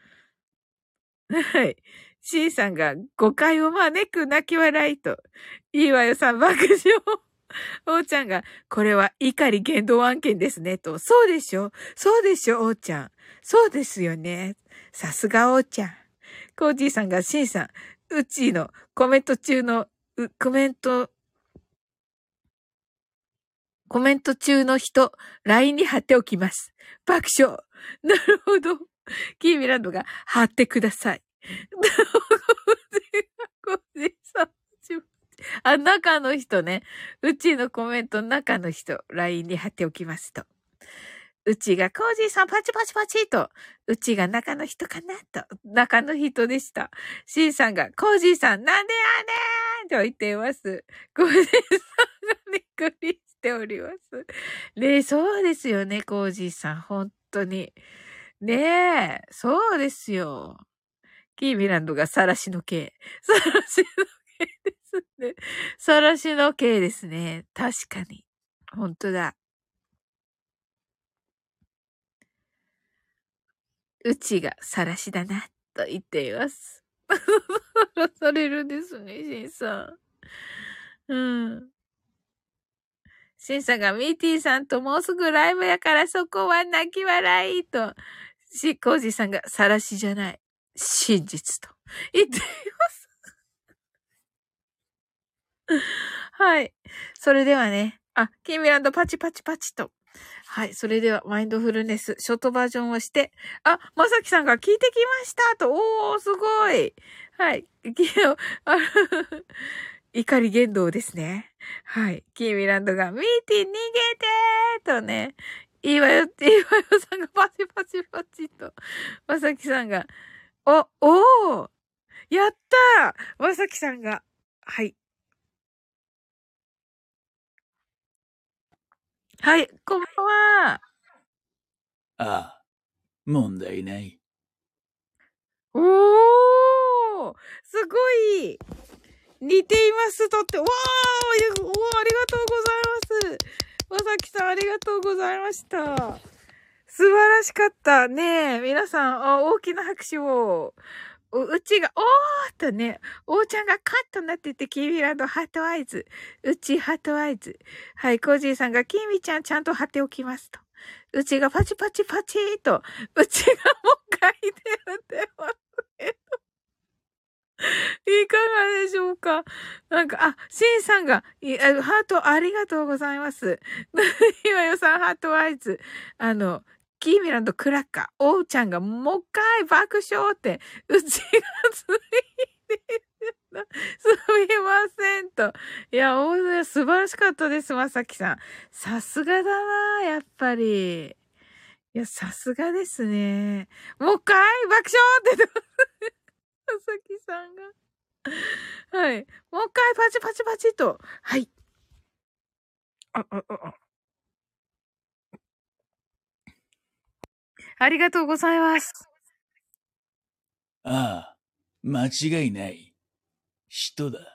はい。C さんが誤解を招く泣き笑いと。いいわよさん爆笑。おーちゃんが、これは怒り言動案件ですね、と。そうでしょそうでしょ、おーちゃん。そうですよね。さすがおーちゃん。コージーさんが、シンさん、うちのコメント中の、コメント中の人、LINE に貼っておきます。爆笑。なるほど。キーミランドが貼ってください。コージーさん。あ、中の人ね。うちのコメント中の人、LINE に貼っておきますと。うちがコージーさんパチパチパチと、うちが中の人かなと、中の人でした。シンさんがコージーさんなんでやねんと言っています。コージーさんがびっくりしております。ねそうですよね、コージーさん。本当に。ねえ、そうですよ。キーミランドが晒しの刑。晒しの刑ですね。晒しの刑ですね。確かに。本当だ。うちが晒しだな、と言っています。 されるんですね、シンさん。うん。シンさんがミーティーさんともうすぐライブやからそこは泣き笑いと、コージーさんが晒しじゃない。真実と言っています。はい。それではね。キーミランドパチパチパチと。はい。それでは、マインドフルネス、ショートバージョンをして、まさきさんが聞いてきましたと。おー、すごい。はい。あ怒り言動ですね。はい。キーミランドが、ミーティ逃げてーとね。いいわよ、さんがパチパチパチと。まさきさんが、おーやったーまさきさんが、はい。はい、こんばんは。 ああ、問題ない。 おーすごい似ていますとって、わーありがとうございます。まさきさんありがとうございました。素晴らしかった。ねえ、皆さん、大きな拍手を。うちが、おーっとね、おーちゃんがカッとなってて、キーミランドハートアイズ。うちハートアイズ。はい、コージーさんが、キーミちゃんちゃんと貼っておきますと。うちがパチパチパチーと、うちがもう一回で打ってますね。いかがでしょうか。なんか、シンさんが、ハートありがとうございます。今よさんハートアイズ。キーミランドクラッカー、おうちゃんがもう一回爆笑って、うちがついてるの。すみませんと。いや、素晴らしかったです、まさきさん。さすがだな、やっぱり。いや、さすがですね。もう一回爆笑って言ってます。まさきさんが。はい。もう一回パチパチパチと。はい。ありがとうございます。 ああ、間違いない。人だ。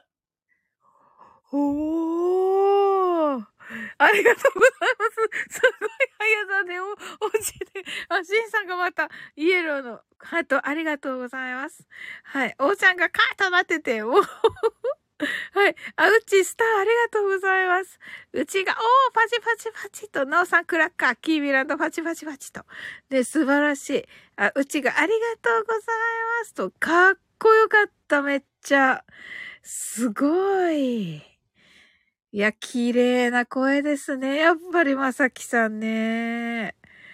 おー。ありがとうございます。すごい速さで落ちて。シンさんがまた、イエローのハートありがとうございます。はい。おーちゃんがカーッとなってて、はい。うちスターありがとうございます。うちが、パチパチパチと、ノーさんクラッカー、キービランドパチパチパチと。で、素晴らしい。うちがありがとうございますと、かっこよかった、めっちゃ。すごい。いや、綺麗な声ですね。やっぱりまさきさんね。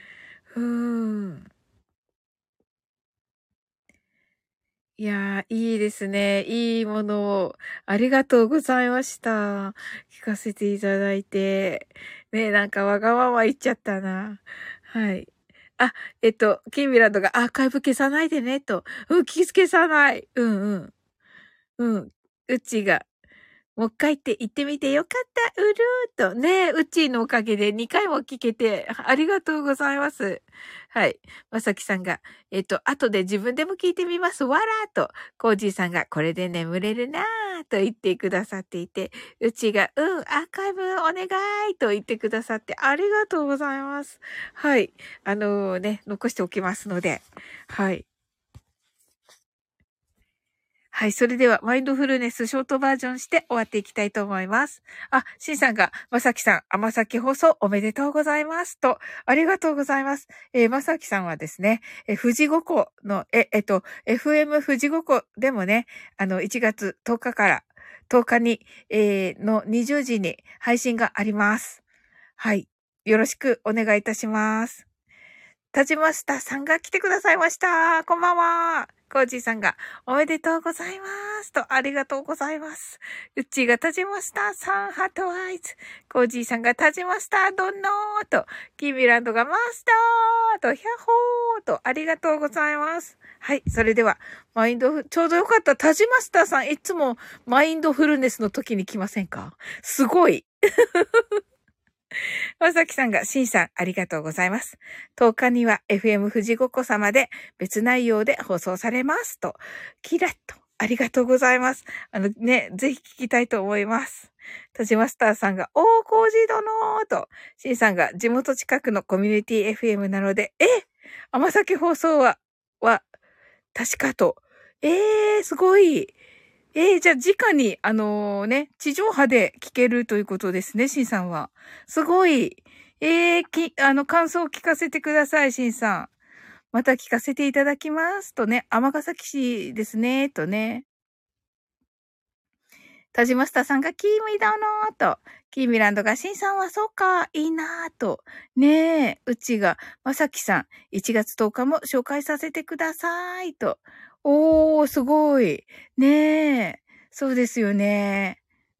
いやー、いいですね。いいものを、ありがとうございました。聞かせていただいて。ね、なんかわがまま言っちゃったな。はい。キーミランドがアーカイブ消さないでね、と。消さない。うちが、もう一回って言ってみてよかった、うるーと。ねうちのおかげで2回も聞けて、ありがとうございます。はい。まさきさんが、後で自分でも聞いてみます。わらーと。コージーさんが、これで眠れるなーと言ってくださっていて、うちが、アーカイブお願いと言ってくださって、ありがとうございます。はい。残しておきますので、はい。はい。それでは、マインドフルネスショートバージョンして終わっていきたいと思います。シンさんが、まさきさん、甘崎放送おめでとうございます。と、ありがとうございます。まさきさんはですね、富士五湖の、FM 富士五湖でもね、1月10日から10日に、の20時に配信があります。はい。よろしくお願いいたします。田島スターさんが来てくださいました。こんばんは。コージーさんがおめでとうございます。と、ありがとうございます。うっちーが田島スターさん、ハートアイズ。コージーさんが田島スターどんのーと、キーミランドがマスターと、ヒャッホーと、ありがとうございます。はい。それでは、ちょうどよかった。田島スターさん、いつもマインドフルネスの時に来ませんか？すごい。まさきさんが、しんさん、ありがとうございます。10日には FM 富士五湖様で別内容で放送されますと、キラッと、ありがとうございます。ぜひ聞きたいと思います。田島スターさんが、コージー殿と、しんさんが、地元近くのコミュニティ FM なので、甘崎放送は、確かと、 すごい。じゃあ、直に、地上波で聞けるということですね、シンさんは。すごい。感想を聞かせてください、シンさん。また聞かせていただきます。とね、尼崎市ですね、とね。田島スターさんがキーミだなぁと。キーミランドがシンさんはそうか、いいなぁと。ねえ、うちが、まさきさん、1月10日も紹介させてください、と。おー、すごい。ねえ、そうですよね。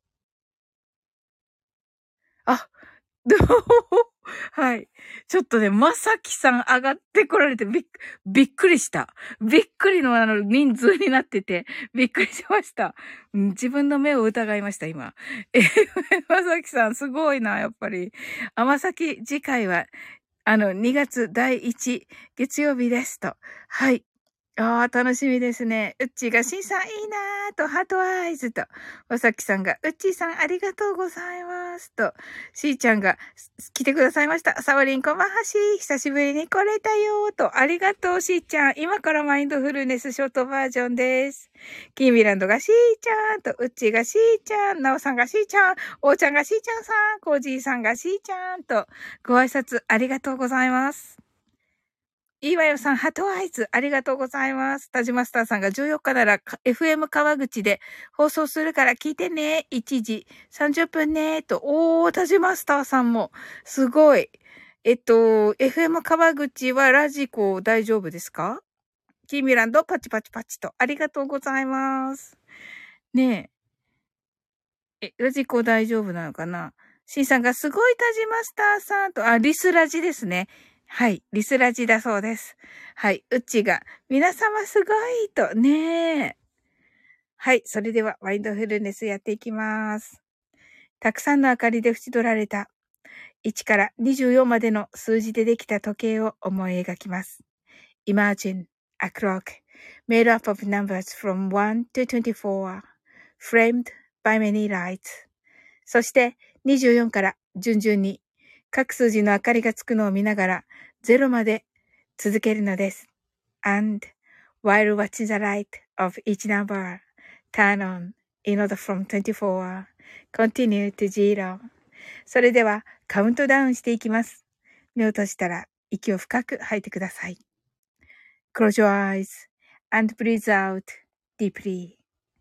あ、どうはい。ちょっとね、まさきさん上がってこられてびっくりした。びっくりの人数になってて、びっくりしました。自分の目を疑いました、今。まさきさんすごいな、やっぱり。まさき次回は、2月第1月曜日ですと。はい。ああ、楽しみですね。うっちーが、しんさんいいなーと、ハートアイズと、まさきさんが、うっちーさんありがとうございますと、しーちゃんが、来てくださいました。サワリンこまはし、久しぶりに来れたよーと、ありがとうしーちゃん。今からマインドフルネスショートバージョンです。キーミランドがしーちゃんと、うっちーがしーちゃん、なおさんがしーちゃん、おーちゃんがしーちゃんさん、コージーさんがしーちゃんと、ご挨拶ありがとうございます。いいわよさん、ハトアイズ、ありがとうございます。タジマスターさんが14日なら、FM 川口で放送するから聞いてね。1時30分ね。と、タジマスターさんも、すごい。FM 川口はラジコ大丈夫ですか？キーミランド、パチパチパチと、ありがとうございます。ねラジコ大丈夫なのかな？シンさんがすごいタジマスターさんと、リスラジですね。はい。リスラジだそうです。はい。うちが、皆様すごいと、ねえ。はい。それでは、マインドフルネスやっていきます。たくさんの明かりで縁取られた、1から24までの数字でできた時計を思い描きます。Imagine a clock made up of numbers from 1 to 24, framed by many lights. そして24から順々に各数字の明かりがつくのを見ながら0まで続けるのです。And while watching the light of each number turn on in order from 24, continue to 0. それではカウントダウンしていきます。目を閉じたら息を深く吐いてください。Close your eyes and breathe out deeply.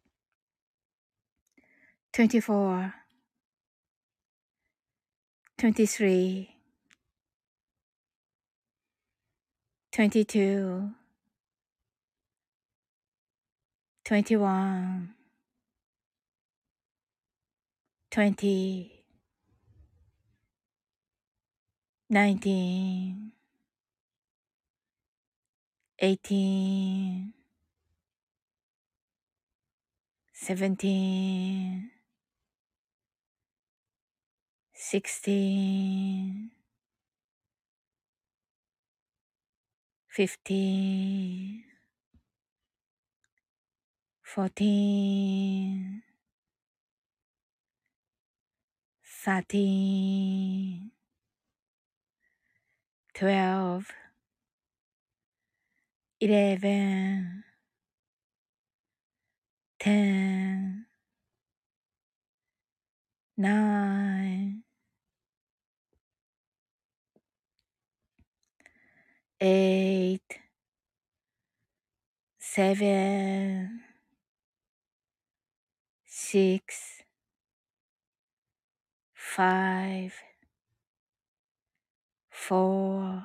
24, 23, 22, 21, 20, 19, 18, 17, 16, 15, 14, 13, 12, 11, 10, 9, 8, 7, 6, 5, 4,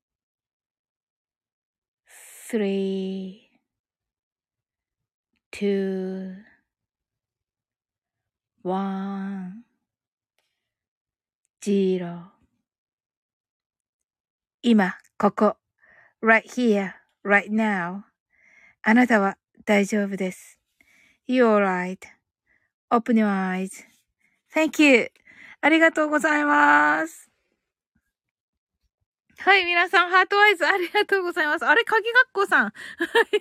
3, 2, 1, 0. 今、ここ。right here, right now. あなたは大丈夫です。You're right.Open your eyes.Thank you. ありがとうございます。はい、皆さん、ハートアイズありがとうございます。あれ、鍵学校さん。はい、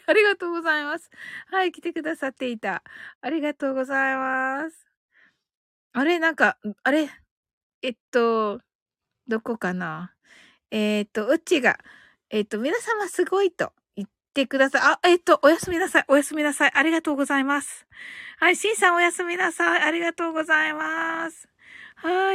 ありがとうございます。はい、来てくださっていた。ありがとうございます。あれ、なんか、あれ、どこかなうちが、皆様すごいと言ってください。おやすみなさい。おやすみなさい。ありがとうございます。はい、しんさんおやすみなさい。ありがとうございます。はい。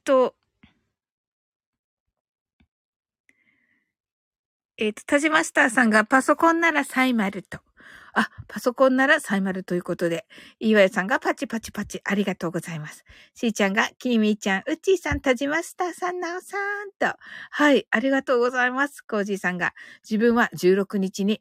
田島スターさんがパソコンならサイマルと。パソコンならサイマルということで、岩井さんがパチパチパチ、ありがとうございます。しーちゃんが、きみーちゃん、うっちーさん、田島スターさん、なおさんと。はい、ありがとうございます。コージーさんが、自分は16日に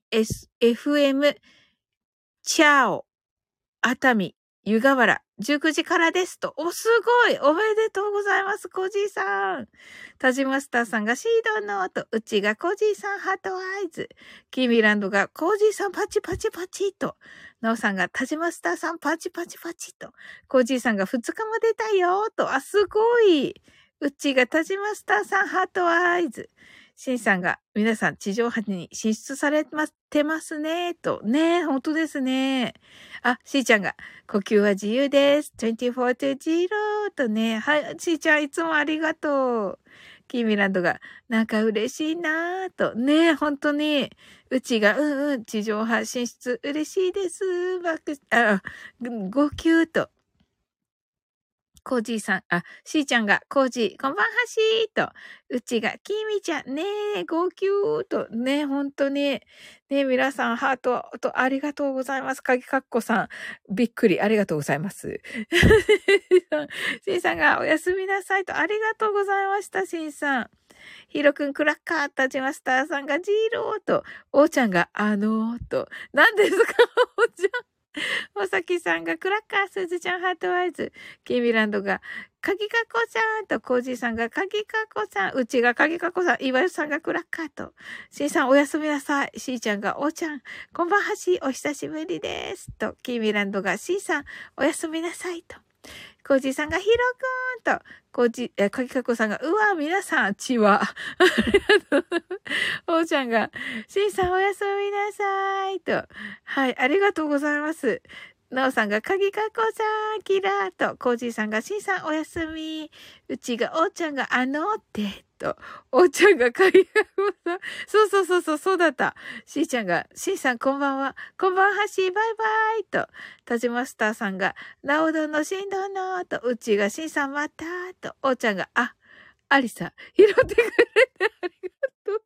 FM チャオ熱海、湯河原、19時からですと。すごいおめでとうございます、コージーさん。田島スターさんがシードノート、うちがコージーさんハートアイズ。キーミランドがコージーさんパチパチパチと。ナオさんが田島スターさんパチパチパチと。コージーさんが2日も出たよと。すごい。うちが田島スターさんハートアイズ。シンさんが、皆さん地上波に進出されてますね、と。ね、本当ですね。しーちゃんが、呼吸は自由です。24 to 0とね。はい、しーちゃんいつもありがとう。キーミランドが、なんか嬉しいなぁと。ね、本当に。うちが、地上波進出嬉しいです。号泣と。コージーさん、しーちゃんが、コージー、こんばんはしーと、うちが、きみちゃん、ねえ、号泣と、ね、本当に、ねえ、皆さん、ハート、ありがとうございます。かぎかっこさん、びっくり、ありがとうございます。しーさんが、おやすみなさいと、ありがとうございました、しーさん。ヒロくん、クラッカー、タジマスターさんが、ジーローと、おーちゃんが、と、何ですか、おーちゃん。おさきさんがクラッカー、すずちゃんハートアイズ。キーミランドが、かぎかこちゃんと、コージーさんがかぎかこちゃん。うちがかぎかこさん。岩井さんがクラッカーと。しーさんおやすみなさい。しーちゃんがおーちゃん。こんばんはし、お久しぶりです。と、キーミランドがしーさんおやすみなさいと。コージーさんがヒロくんと、かぎかこさんが、皆さん、ちは。おーちゃんが、しんさんおやすみなさい。と。はい、ありがとうございます。なおさんが、かぎかこさん、キラーと、コージーさんが、しんさんおやすみ。うちが、おーちゃんが、って、と、おーちゃんが、かぎかこさん。そうだった。しーちゃんが、しんさんこんばんは。こんばんはし、バイバイ。と、タジマスターさんが、ラオドのしんどの、と、うちが、しんさんまた、と、おーちゃんが、アリサ、拾ってくれてありがとう。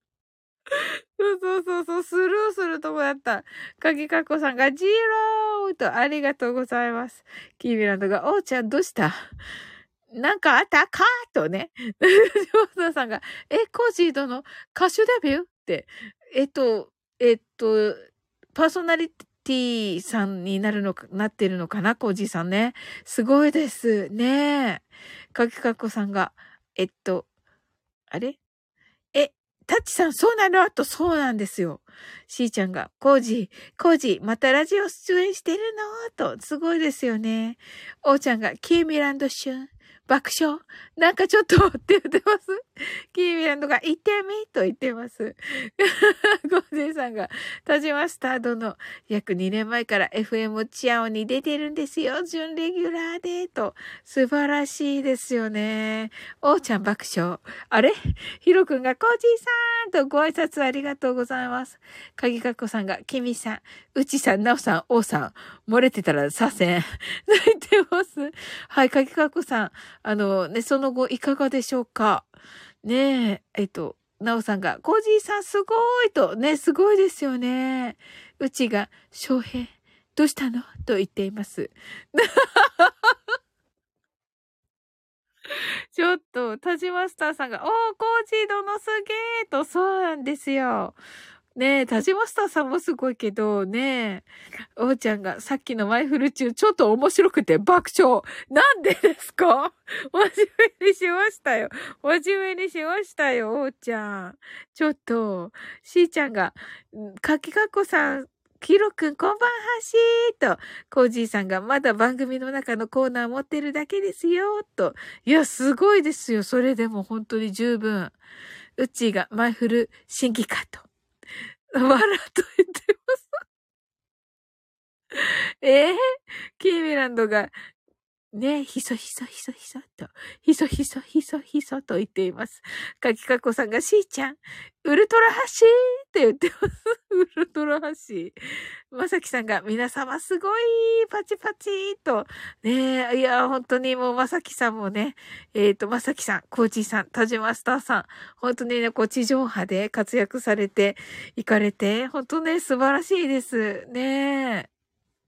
そう、スルーするとこだった。かぎかっこさんが、ジーローと、ありがとうございます。キーミランドが、おーちゃんどうしたなんかあったかとね。ジョーダンさんが、コージー殿、歌手デビューって、パーソナリティさんになってるのかな、コージーさんね。すごいですね。かぎかっこさんが、あれタッチさん、そうなのそうなんですよ。しーちゃんが、コージー、またラジオ出演してるのと、すごいですよね。おーちゃんが、キーミランドシュン、爆笑なんかちょっとって言ってます。キーミランドが、言ってみと言ってます。ゴージーさんが、田島スター殿、約2年前から FM チアオに出てるんですよ。準レギュラーで、と。素晴らしいですよね。おーちゃん爆笑。あれヒロくんが、コージーさんとご挨拶ありがとうございます。かぎかっこさんが、キミさん、うちさん、なおさん、おーさん、漏れてたら左遷。泣いてます。はい、かぎかっこさん、その後いかがでしょうかねえ、なおさんが、コージーさんすごいと、ね、すごいですよね。うちが、翔平、どうしたのと言っています。ちょっと、田島スターさんが、コージー殿すげーと、そうなんですよ。ねえ、田島スターさんもすごいけど、ねえ、おーちゃんがさっきのマイフル中ちょっと面白くて爆笑。なんでですか真面目にしましたよ。真面目にしましたよ、おーちゃん。ちょっと、しーちゃんが、かきかっこさん、ヒロくんこんばんはしーと、コージーさんがまだ番組の中のコーナー持ってるだけですよ、と。いや、すごいですよ。それでも本当に十分。うちーがマイフル新規カット。笑っといてます。キーミランドが、 ね、ひそひそひそひそと、ひそひそひそひそと言っています。かきかこさんがしーちゃん、ウルトラハッシーって言ってます。ウルトラハッシー。まさきさんが、皆様すごいパチパチと。ねえ、いや、本当にもうまさきさんもね、まさきさん、コーチーさん、田島スターさん、本当にね、こう地上波で活躍されていかれて、本当ね、素晴らしいです。ねえ。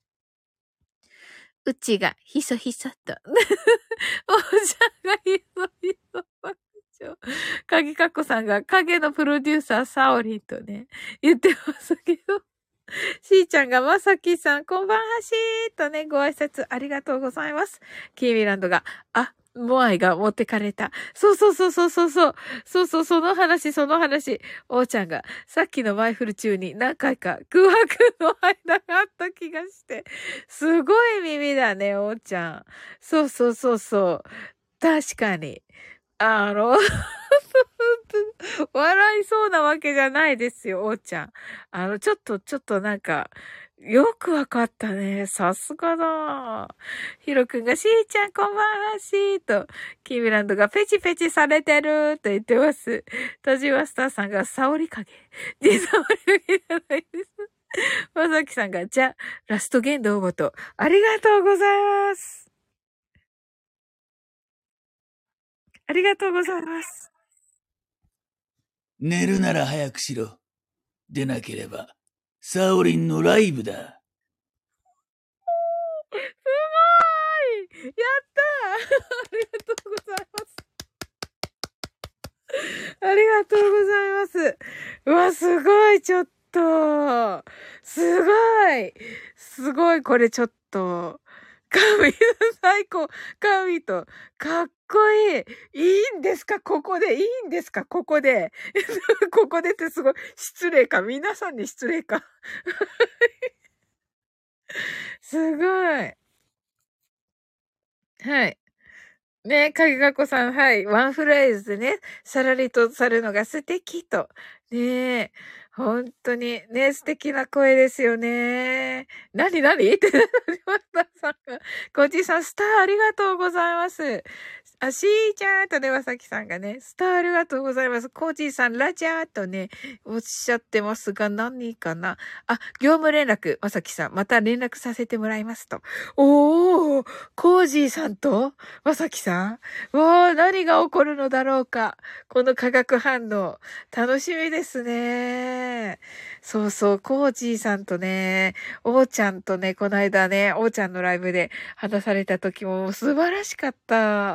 うちがひそひそと。おじゃがひそひそ爆笑。かぎかっこさんが影のプロデューサーサオリンとね、言ってますけど。しーちゃんがまさきさん、こんばんはしーとね、ご挨拶ありがとうございます。キーミランドが、あ、モアイが持ってかれた。そうそうそうそうそうそう。そうそう、その話、その話。おーちゃんが、さっきのマイフル中に何回か空白の間があった気がして。すごい耳だね、おーちゃん。そうそうそうそう。確かに。あの、笑いそうなわけじゃないですよ、おーちゃん。ちょっとなんか、よくわかったね。さすがだ。ヒロくんが、しーちゃんこんばんは、しーと、キーミランドがペチペチされてると言ってます。タジワスターさんが、サオリ影。サオリ影じゃないです。まさきさんが、じゃあ、ラスト限度応募と、ありがとうございます。ありがとうございます。 寝るなら早くしろ。でなければ、サオリンのライブだ。 すごーい。やったー。ありがとうございます。ありがとうございます。うわ、すごい、ちょっと。すごい。すごい、これちょっと。神の最高。神と。かっこいい。いいんですかここで。いいんですかここで。ここでってすごい失礼か。皆さんに失礼か。すごい。はい。ね、かぎがこさん、はい。ワンフレーズでね、さらりとされるのが素敵と。ねえ。本当に、ね、素敵な声ですよね。何ってなりましたさんが。コーチーさん、スターありがとうございます。あ、しーちゃんとね、わさきさんがね、スターありがとうございます。コーチーさん、ラジャーとね、おっしゃってますが、何かな。あ、業務連絡、わさきさん、また連絡させてもらいますと。おー、コージーさんとまさきさんわあ、何が起こるのだろうか。この化学反応。楽しみですね。そうそう、コージーさんとね、おーちゃんとね、この間ね、おーちゃんのライブで話された時も素晴らしかった。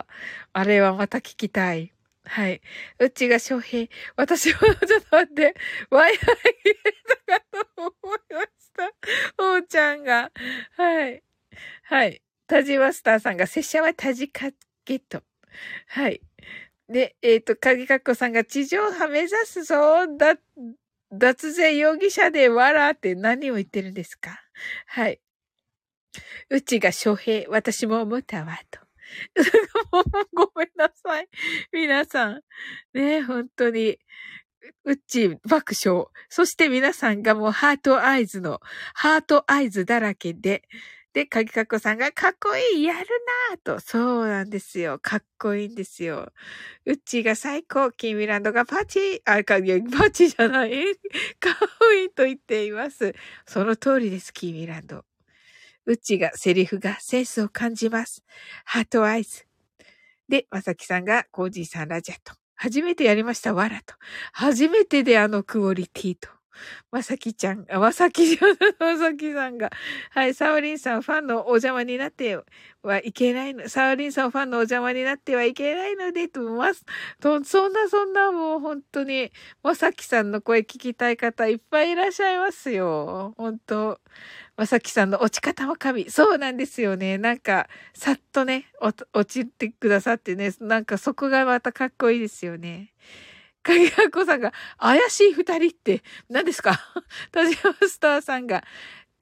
あれはまた聞きたい。はい。うちが翔平。私は、ちょっと待って、ワイハイ入れたかと思いました。おーちゃんが。はい。はい。タジマスターさんが、拙者はタジカゲット。はい。で、かぎかっこさんが地上波目指すぞ。脱税容疑者でわらって何を言ってるんですか？はい。うちが翔平、私も思ったわ、と。ごめんなさい。皆さん。ね、本当に。うち爆笑。そして皆さんがもうハートアイズだらけで、で、かぎかっこさんがかっこいい、やるなぁと。そうなんですよ。かっこいいんですよ。うっちーが最高、キーミランドがパチ、パチじゃない。かっこいいと言っています。その通りです、キーミランド。うっちーがセリフがセンスを感じます。ハートアイズ。で、まさきさんがコージーさんラジャと。初めてやりました、わらと。初めてであのクオリティと。まさきちゃん、まさきさんが、はい、サオリンさんファンのお邪魔になってはいけないの、サオリンさんファンのお邪魔になってはいけないので、そんなもう本当に、まさきさんの声聞きたい方いっぱいいらっしゃいますよ。本当まさきさんの落ち方も神。そうなんですよね。なんか、さっとね、落ちてくださってね、なんかそこがまたかっこいいですよね。かぎはこさんが、怪しい二人って何ですか田島スターさんが、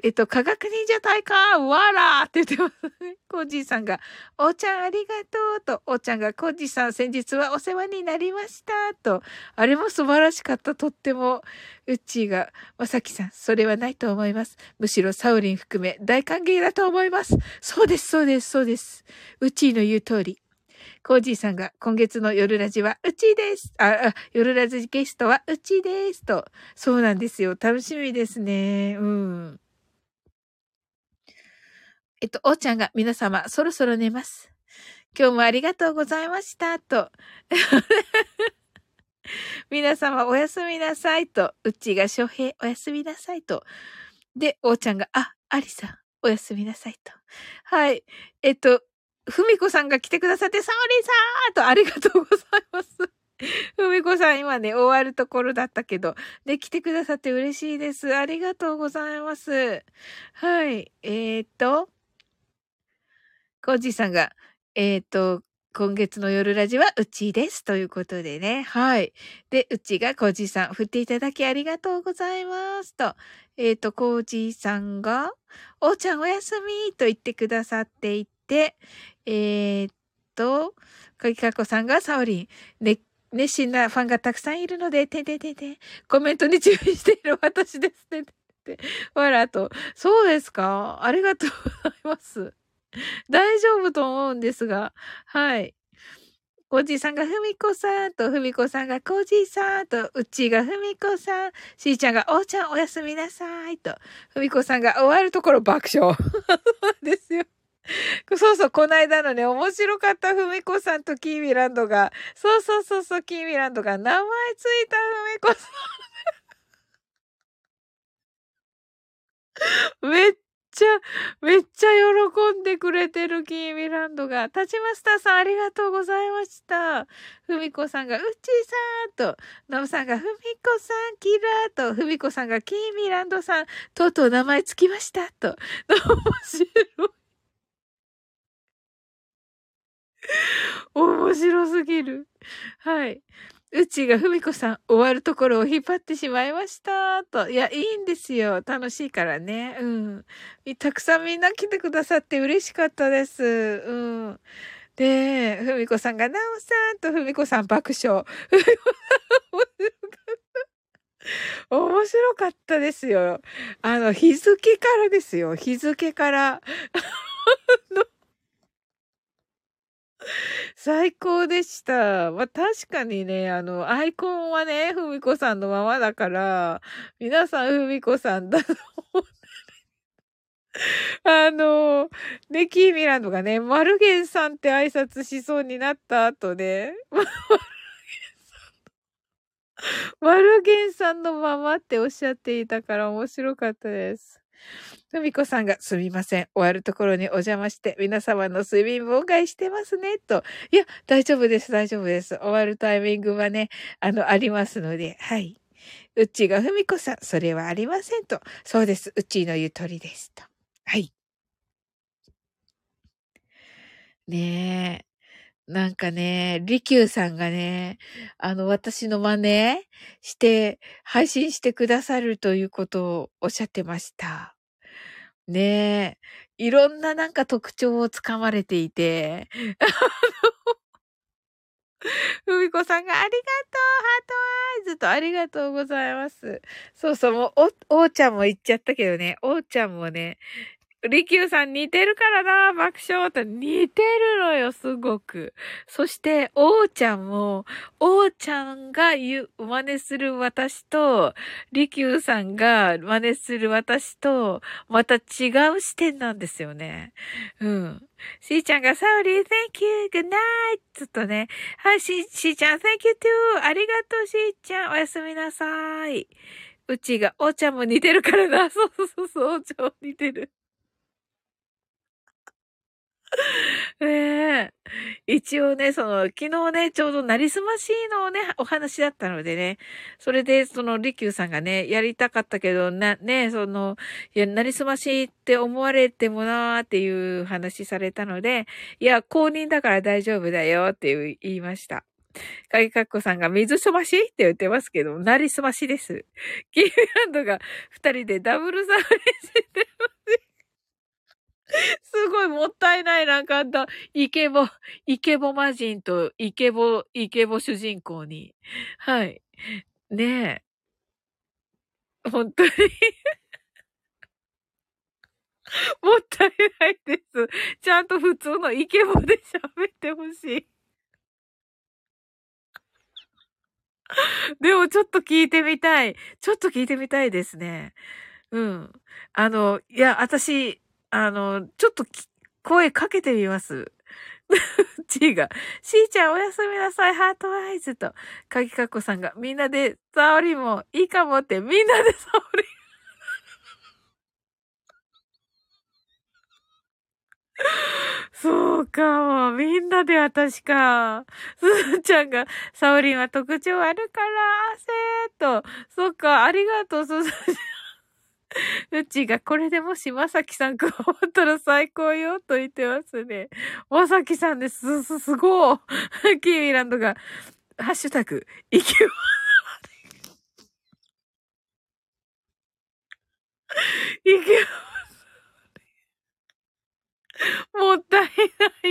科学忍者大会わらーって言ってますね。コージーさんが、おーちゃんありがとうと、おーちゃんが、コージーさん先日はお世話になりましたと、あれも素晴らしかった、とっても。うっちーが、まさきさん、それはないと思います。むしろサウリン含め大歓迎だと思います。そうです、そうです、そうです。うっちーの言う通り。コージーさんが、今月の夜ラジはうちです。夜ラジゲストはうちです。と。そうなんですよ。楽しみですね。うん。おーちゃんが、皆様、そろそろ寝ます。今日もありがとうございました。と。皆様、おやすみなさい。と。うちが、翔平、おやすみなさい。と。で、おーちゃんが、ありさん、おやすみなさい。と。はい。ふみこさんが来てくださって、サオリンさーと、ありがとうございます。ふみこさん、今ね、終わるところだったけど、で、来てくださって嬉しいです。ありがとうございます。はい。コージーさんが、今月の夜ラジはうちです。ということでね。はい。で、うちがコージーさん、振っていただきありがとうございます。と、コージーさんが、おーちゃんおやすみと言ってくださっていて、かきかこさんがサオリン、熱心なファンがたくさんいるので、コメントに注意している私ですね。わらと。そうですか？ありがとうございます。大丈夫と思うんですが、はい。コージーさんがふみこさんと、ふみこさんがコージーさんと、うちがふみこさん、しーちゃんがおーちゃんおやすみなさいと、ふみこさんが終わるところ爆笑。そうですよ。そうそう、この間のね、面白かったふみこさんとキーミランドが、そう、キーミランドが名前ついたふみこさん。めっちゃ喜んでくれてるキーミランドが。タチマスターさんありがとうございました。ふみこさんがうっちーさんと、ノブさんがふみこさんキラーと、ふみこさんがキーミランドさん、とうとう名前つきましたと。面白い。面白すぎる。はい。うちがふみこさん、終わるところを引っ張ってしまいました。と。いや、いいんですよ。楽しいからね。うん。たくさんみんな来てくださって嬉しかったです。うん。で、ふみこさんが、なおさんとふみこさん爆笑。ふみこさん面白かったですよ。日付からですよ。日付から。最高でした。まあ、確かにね、アイコンはね、ふみこさんのままだから、皆さんふみこさんだと思う。ね、キーミランドがね、マルゲンさんって挨拶しそうになった後で、マルゲンさんのままっておっしゃっていたから面白かったです。ふみこさんがすみません。終わるところにお邪魔して皆様の睡眠妨害してますね。と。いや、大丈夫です。大丈夫です。終わるタイミングはね、ありますので、はい。うっちーがふみこさん、それはありませんと。そうです。うっちーの言う通りです。と。はい。ねえ。なんかね、りきゅうさんがね、私の真似して、配信してくださるということをおっしゃってました。ねえ。いろんななんか特徴をつかまれていて、ふみこさんがありがとう、ハートアイズとありがとうございます。そうそう、もう、おーちゃんも言っちゃったけどね、おーちゃんもね、りきゅうさん似てるからな、爆笑って似てるのよ、すごく。そして、おーちゃんも、おーちゃんが真似する私と、りきゅうさんが真似する私と、また違う視点なんですよね。うん。しーちゃんが、サウリー、thank you, good night! ちょっとね。はい、しーちゃん、thank you too! ありがとう、しーちゃん。おやすみなさい。うちが、おーちゃんも似てるからな。そう、おーちゃんも似てる。ねえ。一応ね、昨日ね、ちょうどなりすましいのをね、お話だったのでね、それで、りきゅうさんがね、やりたかったけど、いや、なりすましいって思われてもなーっていう話されたので、いや、公認だから大丈夫だよって言いました。 鍵かっこさんが水すましって言ってますけど、なりすましです。キーランドが二人でダブルサウリしてます。すごいもったいないなんかあんた、イケボ魔人とイケボ主人公に。はい。ねえ。本当にもったいないです。ちゃんと普通のイケボで喋ってほしい。でもちょっと聞いてみたい。ちょっと聞いてみたいですね。うん。いや、私、ちょっと声かけてみます。ちーが、しーちゃんおやすみなさい、ハートアイズと、かぎかっこさんが、みんなで、サオリもいいかもって、みんなでサオリ。そうか、みんなで私か。すずちゃんが、サオリンは特徴あるから、せーと。そっか、ありがとう、すずちゃん。うちがこれでもしまさきさん加わったら最高よ、と言ってますね。まさきさんです。すごい。キーミランドが、ハッシュタグ、いきま、いきもったいない。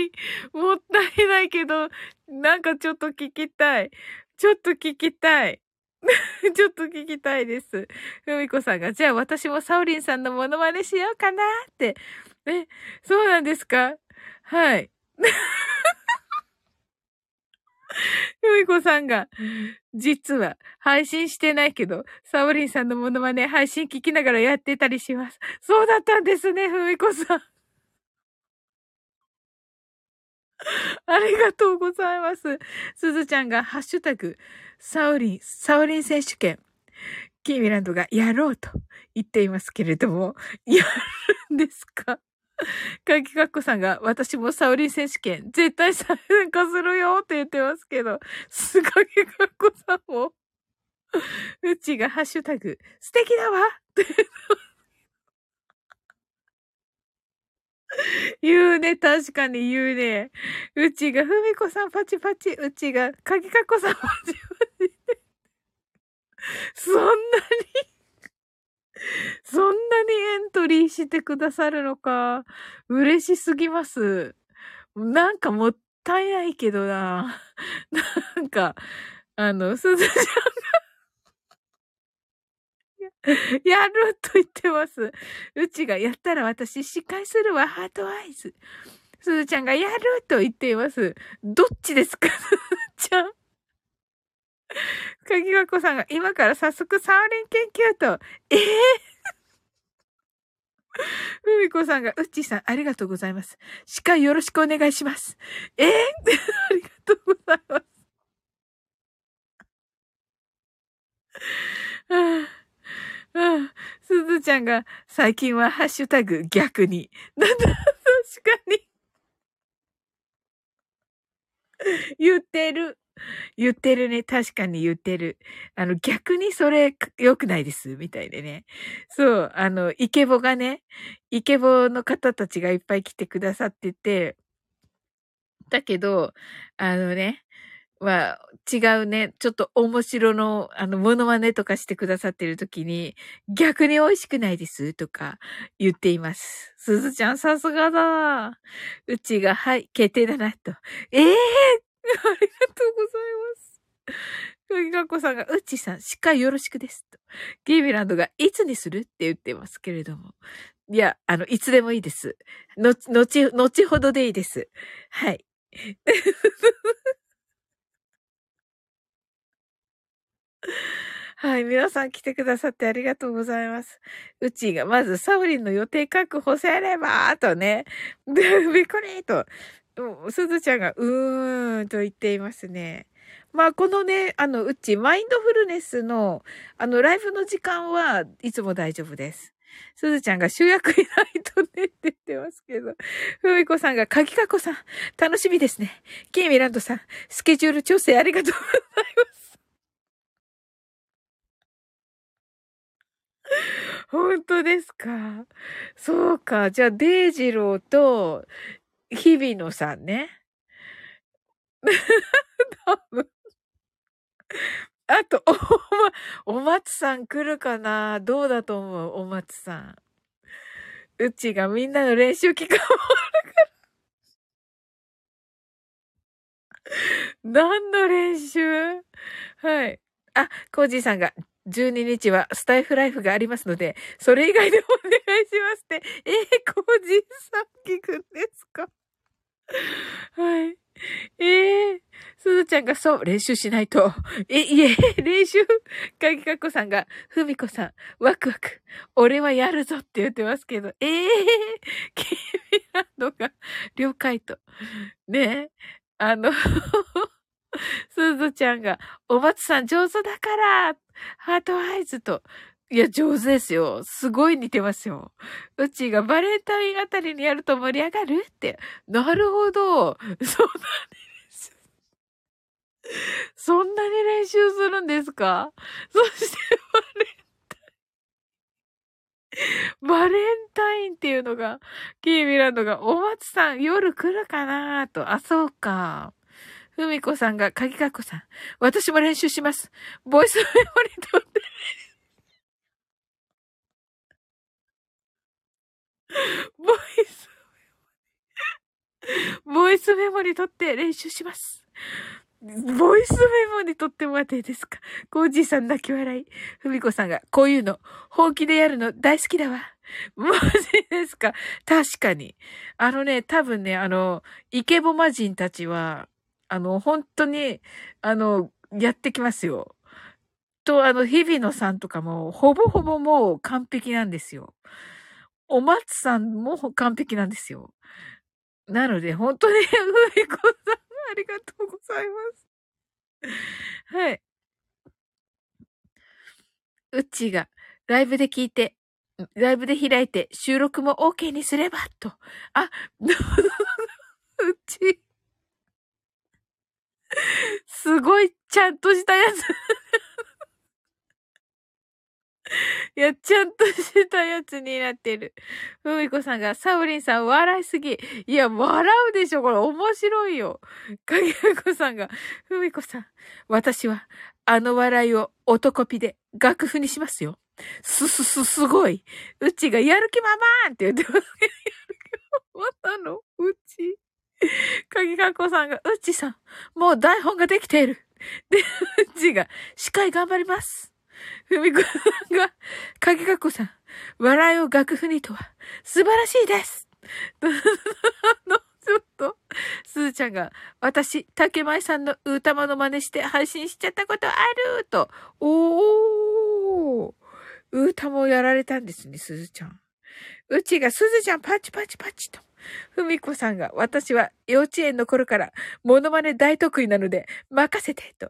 もったいないけど、なんかちょっと聞きたい。ちょっと聞きたい。ちょっと聞きたいです。ふみこさんが、じゃあ私もサオリンさんのモノマネしようかなって。え、そうなんですか？はい。ふみこさんが、実は配信してないけど、サオリンさんのモノマネ配信聞きながらやってたりします。そうだったんですね、ふみこさん。ありがとうございます。すずちゃんが、ハッシュタグ、サオリン選手権、キーミランドがやろうと言っていますけれども、やるんですか？かきかっこさんが、私もサオリン選手権、絶対参加するよって言ってますけど、すかきかっこさんも、うちがハッシュタグ、素敵だわって言うね、確かに言うね。うちが、ふみこさんパチパチ、うちが、かきかっこさんパチパチ。そんなにそんなにエントリーしてくださるのか。嬉しすぎます。なんかもったいないけどな。なんか、すずちゃん、やると言ってます。うちがやったら私司会するわ、ハートアイズ。すずちゃんがやると言っています。どっちですか、すずちゃん。かぎがこさんが今から早速サーリン研究と。えーふみこさんが、うっちーさん、ありがとうございます。司会よろしくお願いします。ありがとうございます。ああ、ああ、すずちゃんが、最近はハッシュタグ逆に。なんだ、確かに。言ってる。言ってるね。確かに言ってる。逆にそれ良くないです。みたいでね。そう、イケボがね、イケボの方たちがいっぱい来てくださってて、だけど、ね、は違うね、ちょっと面白の、モノマネとかしてくださってる時に、逆に美味しくないですとか言っています。すずちゃんさすがだな。うちが、はい、決定だな、と。ええありがとうございます。かぎかっこさんが、うちさん、司会よろしくです。と。ゲイビランドが、いつにするって言ってますけれども。いや、いつでもいいです。後ほどでいいです。はい。はい。皆さん来てくださってありがとうございます。うちが、まず、サウリンの予定確保せれば、とね。で、びっくりと。すずちゃんが、と言っていますね。まあ、このね、うち、マインドフルネスの、ライブの時間はいつも大丈夫です。すずちゃんが主役いないとねって言ってますけど。ふみこさんが、かぎかこさん、楽しみですね。キーミランドさん、スケジュール調整ありがとうございます。本当ですか？そうか。じゃあ、デイジローと、日比野さんね。 多分。あと、お松さん来るかな？どうだと思う？お松さん。うちがみんなの練習期間も。何の練習？はい。あ、コージーさんが、12日はスタイフライフがありますので、それ以外でもお願いしますって。コージーさん聞くんですか？はい。すずちゃんがそう、練習しないと。いえ、練習。かぎかっこさんが、ふみこさん、ワクワク。俺はやるぞって言ってますけど、君らのが、了解と。ねすずちゃんが、お松さん上手だからハートアイズと。いや、上手ですよ。すごい似てますよ。うちがバレンタインあたりにやると盛り上がるって。なるほど。そんなに練習するんですか？そしてバレンタインっていうのが、キーミランドが、お松さん夜来るかなと。あ、そうか。ふみこさんが、かぎかっこさん。私も練習します。ボイスメモリ取って、ボイス、ボイスメモリ取って練習します。ボイスメモにとってもらっていいですか？コージーさん泣き笑い。ふみこさんが、こういうの、本気でやるの大好きだわ。マジですか？確かに。多分ね、イケボマ人たちは、本当に、やってきますよ。と、日比野さんとかも、ほぼほぼもう完璧なんですよ。お松さんも完璧なんですよ。なので、本当に、ふみこさん、ありがとうございます。はい。うっちーが、ライブで聞いて、ライブで開いて、収録も OK にすれば、と。あ、うっちー、すごい、ちゃんとしたやつ。いや、ちゃんとしたやつになってる。ふみこさんが、サウリンさん笑いすぎ。いや、笑うでしょ、これ面白いよ。かげふこさんが、ふみこさん、私は、あの笑いを男ピで楽譜にしますよ。すごい。うちがやる気ままーんって言ってますけど、やる気ままなのうち。かぎかっこさんが、うちさん、もう台本ができている。で、うちが、司会頑張ります。ふみこさんが、かぎかっこさん、笑いを楽譜にとは、素晴らしいです。ちょっと、すずちゃんが、私、竹前さんの歌間の真似して配信しちゃったことあると。おー。歌もやられたんですね、すずちゃん。うちが、すずちゃんパチパチパチと。ふみこさんが、私は幼稚園の頃から、モノマネ大得意なので、任せて、と。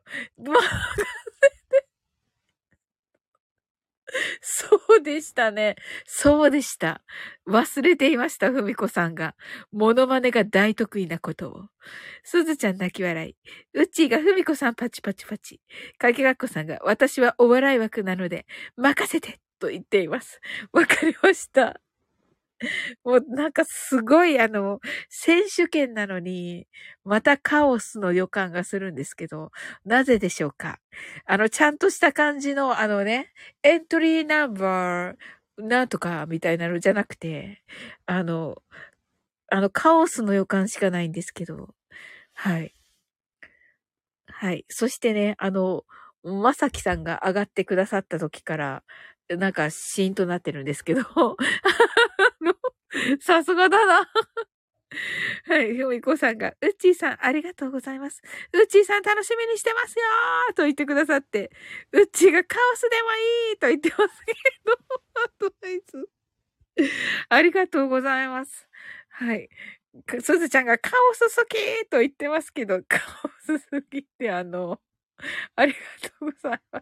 そうでしたね。そうでした。忘れていました、ふみこさんが。モノマネが大得意なことを。すずちゃん泣き笑い。うっちーがふみこさんパチパチパチ。かけがっこさんが、私はお笑い枠なので、任せてと言っています。わかりました。もうなんかすごい選手権なのに、またカオスの予感がするんですけど、なぜでしょうか？ちゃんとした感じのエントリーナンバー、なんとかみたいなのじゃなくて、あの、カオスの予感しかないんですけど、はい。はい。そしてね、まさきさんが上がってくださった時から、なんかシーンとなってるんですけど、のさすがだな。はい、ひょみこさんが、うっちーさん、ありがとうございます。うっちーさん、楽しみにしてますよーと言ってくださって、うっちーがカオスでもいいと言ってますけど、アドバイス。ありがとうございます。はい。すずちゃんがカオス好きと言ってますけど、カオス好きってありがとうございます。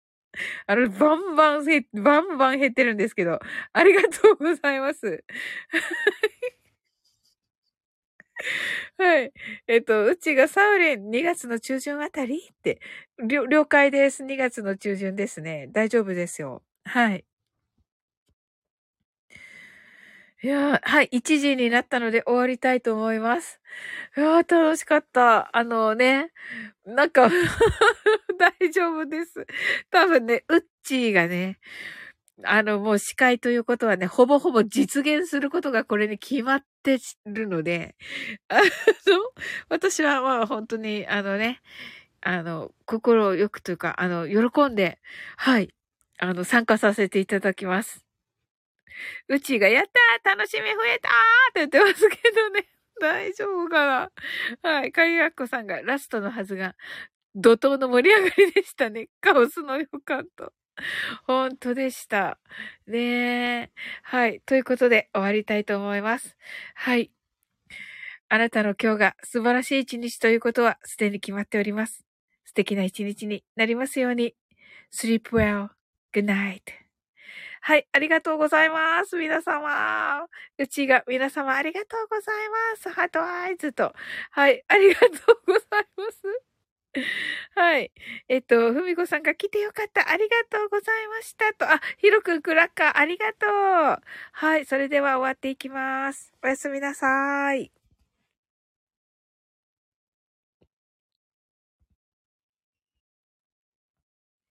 バンバン減ってるんですけど、ありがとうございます。はい。うちがサウリン2月の中旬あたりって、了解です。2月の中旬ですね。大丈夫ですよ。はい。 いやー、はい、1時になったので終わりたいと思います。いやー、楽しかった。なんか大丈夫です。多分ね、ウッチーがね、もう司会ということはね、ほぼほぼ実現することがこれに決まってるので、あの、私はまあ本当に心よくというか、喜んで、はい、参加させていただきます。うちが、やったー楽しみ増えたーって言ってますけどね。大丈夫かな。はい。かりやっこさんがラストのはずが、怒涛の盛り上がりでしたね。カオスの予感と。本当でした。ねえ。はい。ということで終わりたいと思います。はい。あなたの今日が素晴らしい一日ということはすでに決まっております。素敵な一日になりますように。Sleep well. Good night. はい、ありがとうございます。皆様。うちが皆様ありがとうございます。ハートアイズと。はい、ありがとうございます。はい。ふみこさんが来てよかった。ありがとうございました。と、あ、ひろくんクラッカーありがとう。はい。それでは終わっていきます。おやすみなさい。